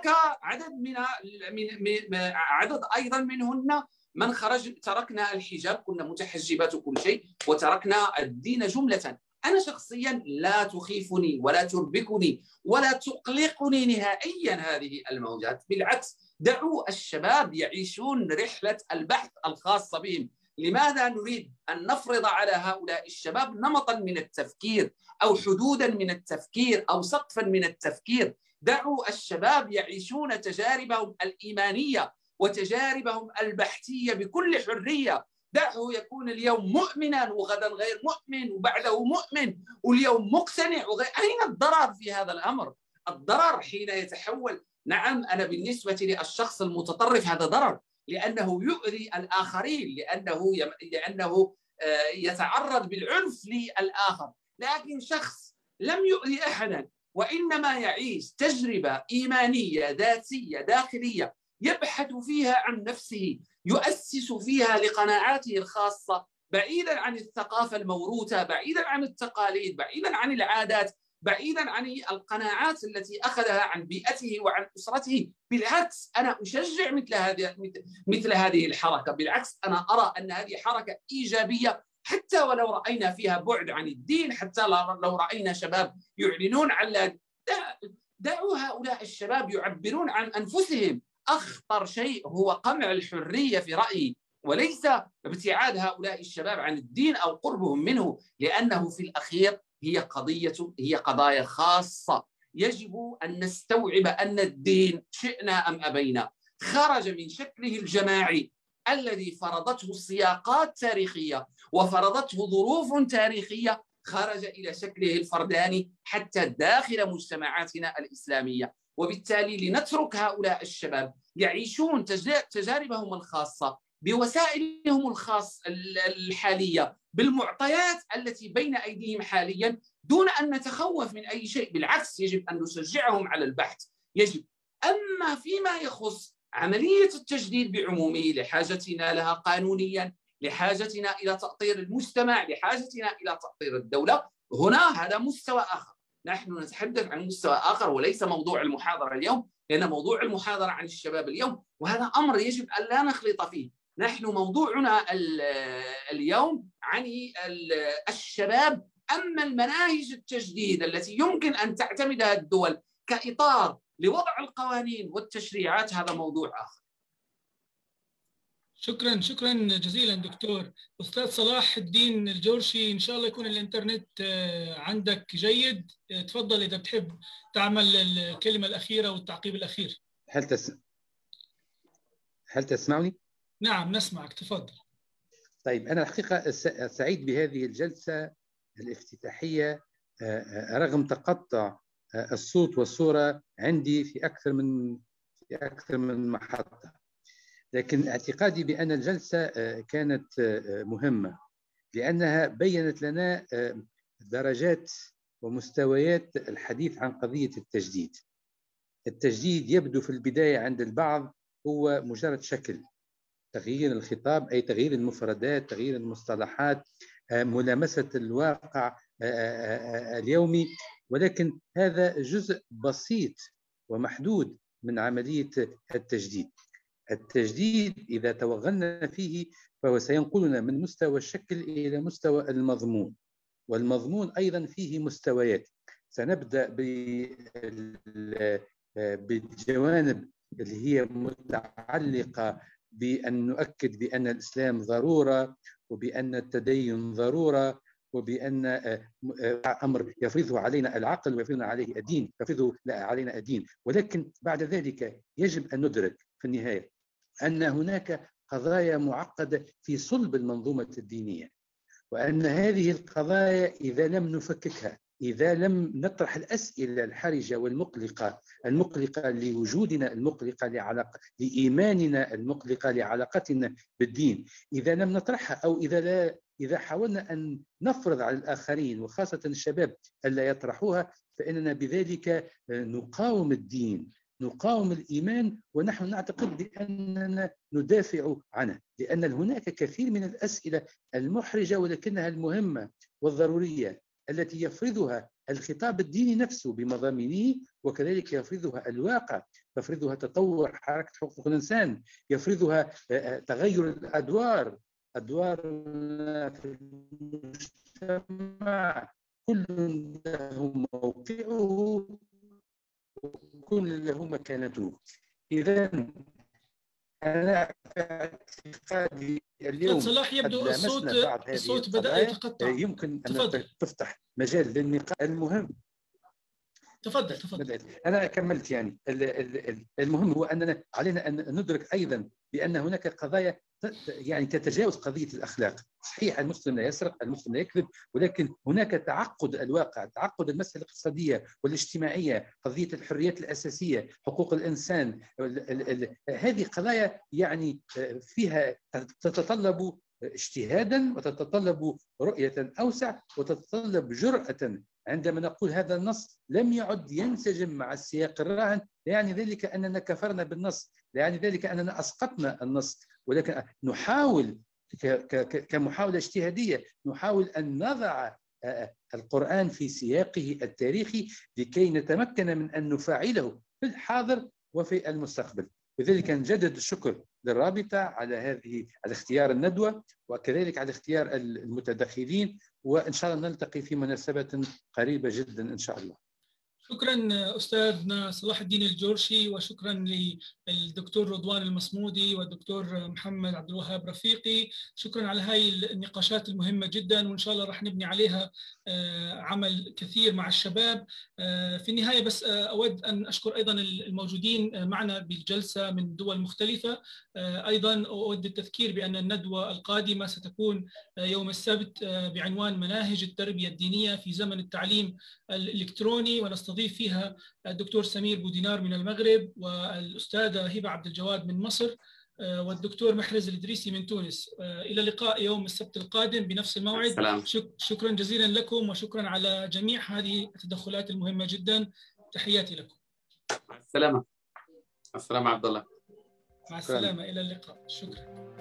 Speaker 6: عدد أيضا منهن من خرج تركنا الحجاب، كنا متحجبات وكل شيء وتركنا الدين جملة. أنا شخصيا لا تخيفني ولا تربكني ولا تقلقني نهائيا هذه الموجات، بالعكس دعوا الشباب يعيشون رحلة البحث الخاصة بهم. لماذا نريد أن نفرض على هؤلاء الشباب نمطا من التفكير أو حدودا من التفكير أو سقفا من التفكير؟ دعوا الشباب يعيشون تجاربهم الإيمانية وتجاربهم البحثية بكل حرية. دعه يكون اليوم مؤمنا وغدا غير مؤمن وبعده مؤمن واليوم مقتنع أين الضرر في هذا الأمر؟ الضرر حين يتحول، نعم أنا بالنسبة للشخص المتطرف هذا ضرر، لأنه يؤذي الآخرين، لأنه يتعرض بالعنف للآخر. لكن شخص لم يؤذي أحدا وإنما يعيش تجربة إيمانية ذاتية داخلية يبحث فيها عن نفسه، يؤسس فيها لقناعاته الخاصة بعيدا عن الثقافة الموروثة، بعيدا عن التقاليد، بعيدا عن العادات، بعيدا عن القناعات التي أخذها عن بيئته وعن أسرته. بالعكس أنا أشجع مثل هذه الحركة، بالعكس أنا أرى أن هذه حركة إيجابية حتى ولو رأينا فيها بعد عن الدين، حتى لو رأينا شباب يعلنون عن دعوا هؤلاء الشباب يعبرون عن أنفسهم. أخطر شيء هو قمع الحرية في رأيي، وليس ابتعاد هؤلاء الشباب عن الدين أو قربهم منه، لأنه في الأخير هي قضايا خاصة. يجب أن نستوعب أن الدين شئنا أم أبينا خرج من شكله الجماعي الذي فرضته السياقات التاريخية وفرضته ظروف تاريخية، خرج إلى شكله الفرداني حتى داخل مجتمعاتنا الإسلامية. وبالتالي لنترك هؤلاء الشباب يعيشون تجاربهم الخاصة بوسائلهم الحالية بالمعطيات التي بين أيديهم حاليا دون أن نتخوف من أي شيء. بالعكس، يجب أن نشجعهم على البحث. يجب. أما فيما يخص عملية التجديد بعمومه لحاجتنا لها قانونيا، لحاجتنا إلى تأطير المجتمع، لحاجتنا إلى تأطير الدولة، هنا هذا مستوى آخر. نحن نتحدث عن مستوى آخر وليس موضوع المحاضرة اليوم، لأن موضوع المحاضرة عن الشباب اليوم، وهذا أمر يجب أن لا نخلط فيه. نحن موضوعنا اليوم عن الشباب. أما المناهج التجديد التي يمكن أن تعتمدها الدول كإطار لوضع القوانين والتشريعات، هذا موضوع آخر.
Speaker 3: شكرا جزيلا دكتور. أستاذ صلاح الدين الجورشي، إن شاء الله يكون الإنترنت عندك جيد. تفضل إذا بتحب تعمل الكلمة الأخيرة والتعقيب الأخير.
Speaker 2: هل تسمعني؟
Speaker 3: نعم نسمعك، تفضل.
Speaker 2: طيب، أنا الحقيقة سعيد بهذه الجلسة الافتتاحية رغم تقطع الصوت والصورة عندي في أكثر من محطة، لكن اعتقادي بأن الجلسة كانت مهمة لأنها بيّنت لنا درجات ومستويات الحديث عن قضية التجديد. التجديد يبدو في البداية عند البعض هو مجرد شكل، تغيير الخطاب، أي تغيير المفردات، تغيير المصطلحات، ملامسة الواقع اليومي، ولكن هذا جزء بسيط ومحدود من عملية التجديد. التجديد إذا توغلنا فيه فهو سينقلنا من مستوى الشكل إلى مستوى المضمون، والمضمون أيضا فيه مستويات. سنبدأ بالجوانب اللي هي متعلقة بأن نؤكد بأن الإسلام ضرورة، وبأن التدين ضرورة، وبأن أمر يفرضه علينا العقل ويفرضنا عليه الدين، يفرضه علينا الدين. ولكن بعد ذلك يجب أن ندرك في النهاية أن هناك قضايا معقدة في صلب المنظومة الدينية، وأن هذه القضايا إذا لم نفككها، إذا لم نطرح الأسئلة الحرجة والمقلقة، المقلقة لوجودنا، المقلقة لإيماننا، المقلقة لعلاقتنا بالدين، إذا لم نطرحها، أو إذا حاولنا أن نفرض على الآخرين وخاصة الشباب ألا يطرحوها، فإننا بذلك نقاوم الدين، نقاوم الإيمان، ونحن نعتقد بأننا ندافع عنه، لأن هناك كثير من الأسئلة المحرجة ولكنها المهمة والضرورية التي يفرضها الخطاب الديني نفسه بمضامينه، وكذلك يفرضها الواقع، يفرضها تطور حركة حقوق الإنسان، يفرضها تغير الأدوار في المجتمع. كل له موقعه وكل له مكانته. إذا أنا في اعتقادي اليوم
Speaker 3: صلاح يبدو الصوت بدأ يتقطع.
Speaker 2: يمكن أن تفتح مجال للنقاش المهم.
Speaker 3: تفضل.
Speaker 2: أنا كملت. يعني المهم هو أننا علينا أن ندرك أيضا بأن هناك قضايا يعني تتجاوز قضية الأخلاق. صحيح المسلم لا يسرق، المسلم لا يكذب، ولكن هناك تعقد الواقع، تعقد المسألة الاقتصادية والاجتماعية، قضية الحريات الأساسية، حقوق الإنسان. هذه قضايا يعني فيها تتطلب اجتهادا، وتتطلب رؤية أوسع، وتتطلب جرأة. عندما نقول هذا النص لم يعد ينسجم مع السياق الراهن، لا يعني ذلك أننا كفرنا بالنص، لا يعني ذلك أننا أسقطنا النص، ولكن نحاول كمحاولة اجتهادية، نحاول أن نضع القرآن في سياقه التاريخي لكي نتمكن من أن نفعله في الحاضر وفي المستقبل. لذلك نجدد الشكر للرابطة على اختيار الندوة، وكذلك على اختيار المتدخلين، وإن شاء الله نلتقي في مناسبة قريبة جدا إن شاء الله.
Speaker 3: شكرا أستاذنا صلاح الدين الجورشي، وشكرا للدكتور رضوان المصمودي والدكتور محمد عبد الوهاب رفيقي. شكرا على هاي النقاشات المهمة جدا، وإن شاء الله راح نبني عليها عمل كثير مع الشباب. في النهاية بس أود أن أشكر أيضا الموجودين معنا بالجلسة من دول مختلفة. أيضا أود التذكير بأن الندوة القادمة ستكون يوم السبت بعنوان مناهج التربية الدينية في زمن التعليم الإلكتروني، ونستضيف فيها الدكتور سمير بودينار من المغرب، والأستاذة هبة عبد الجواد من مصر، والدكتور محرز الإدريسي من تونس. إلى اللقاء يوم السبت القادم بنفس الموعد. شكرا جزيلا لكم، وشكرا على جميع هذه التدخلات المهمة جدا. تحياتي لكم.
Speaker 6: مع السلامة. السلام عبد الله.
Speaker 3: مع السلامة، إلى اللقاء. شكرا.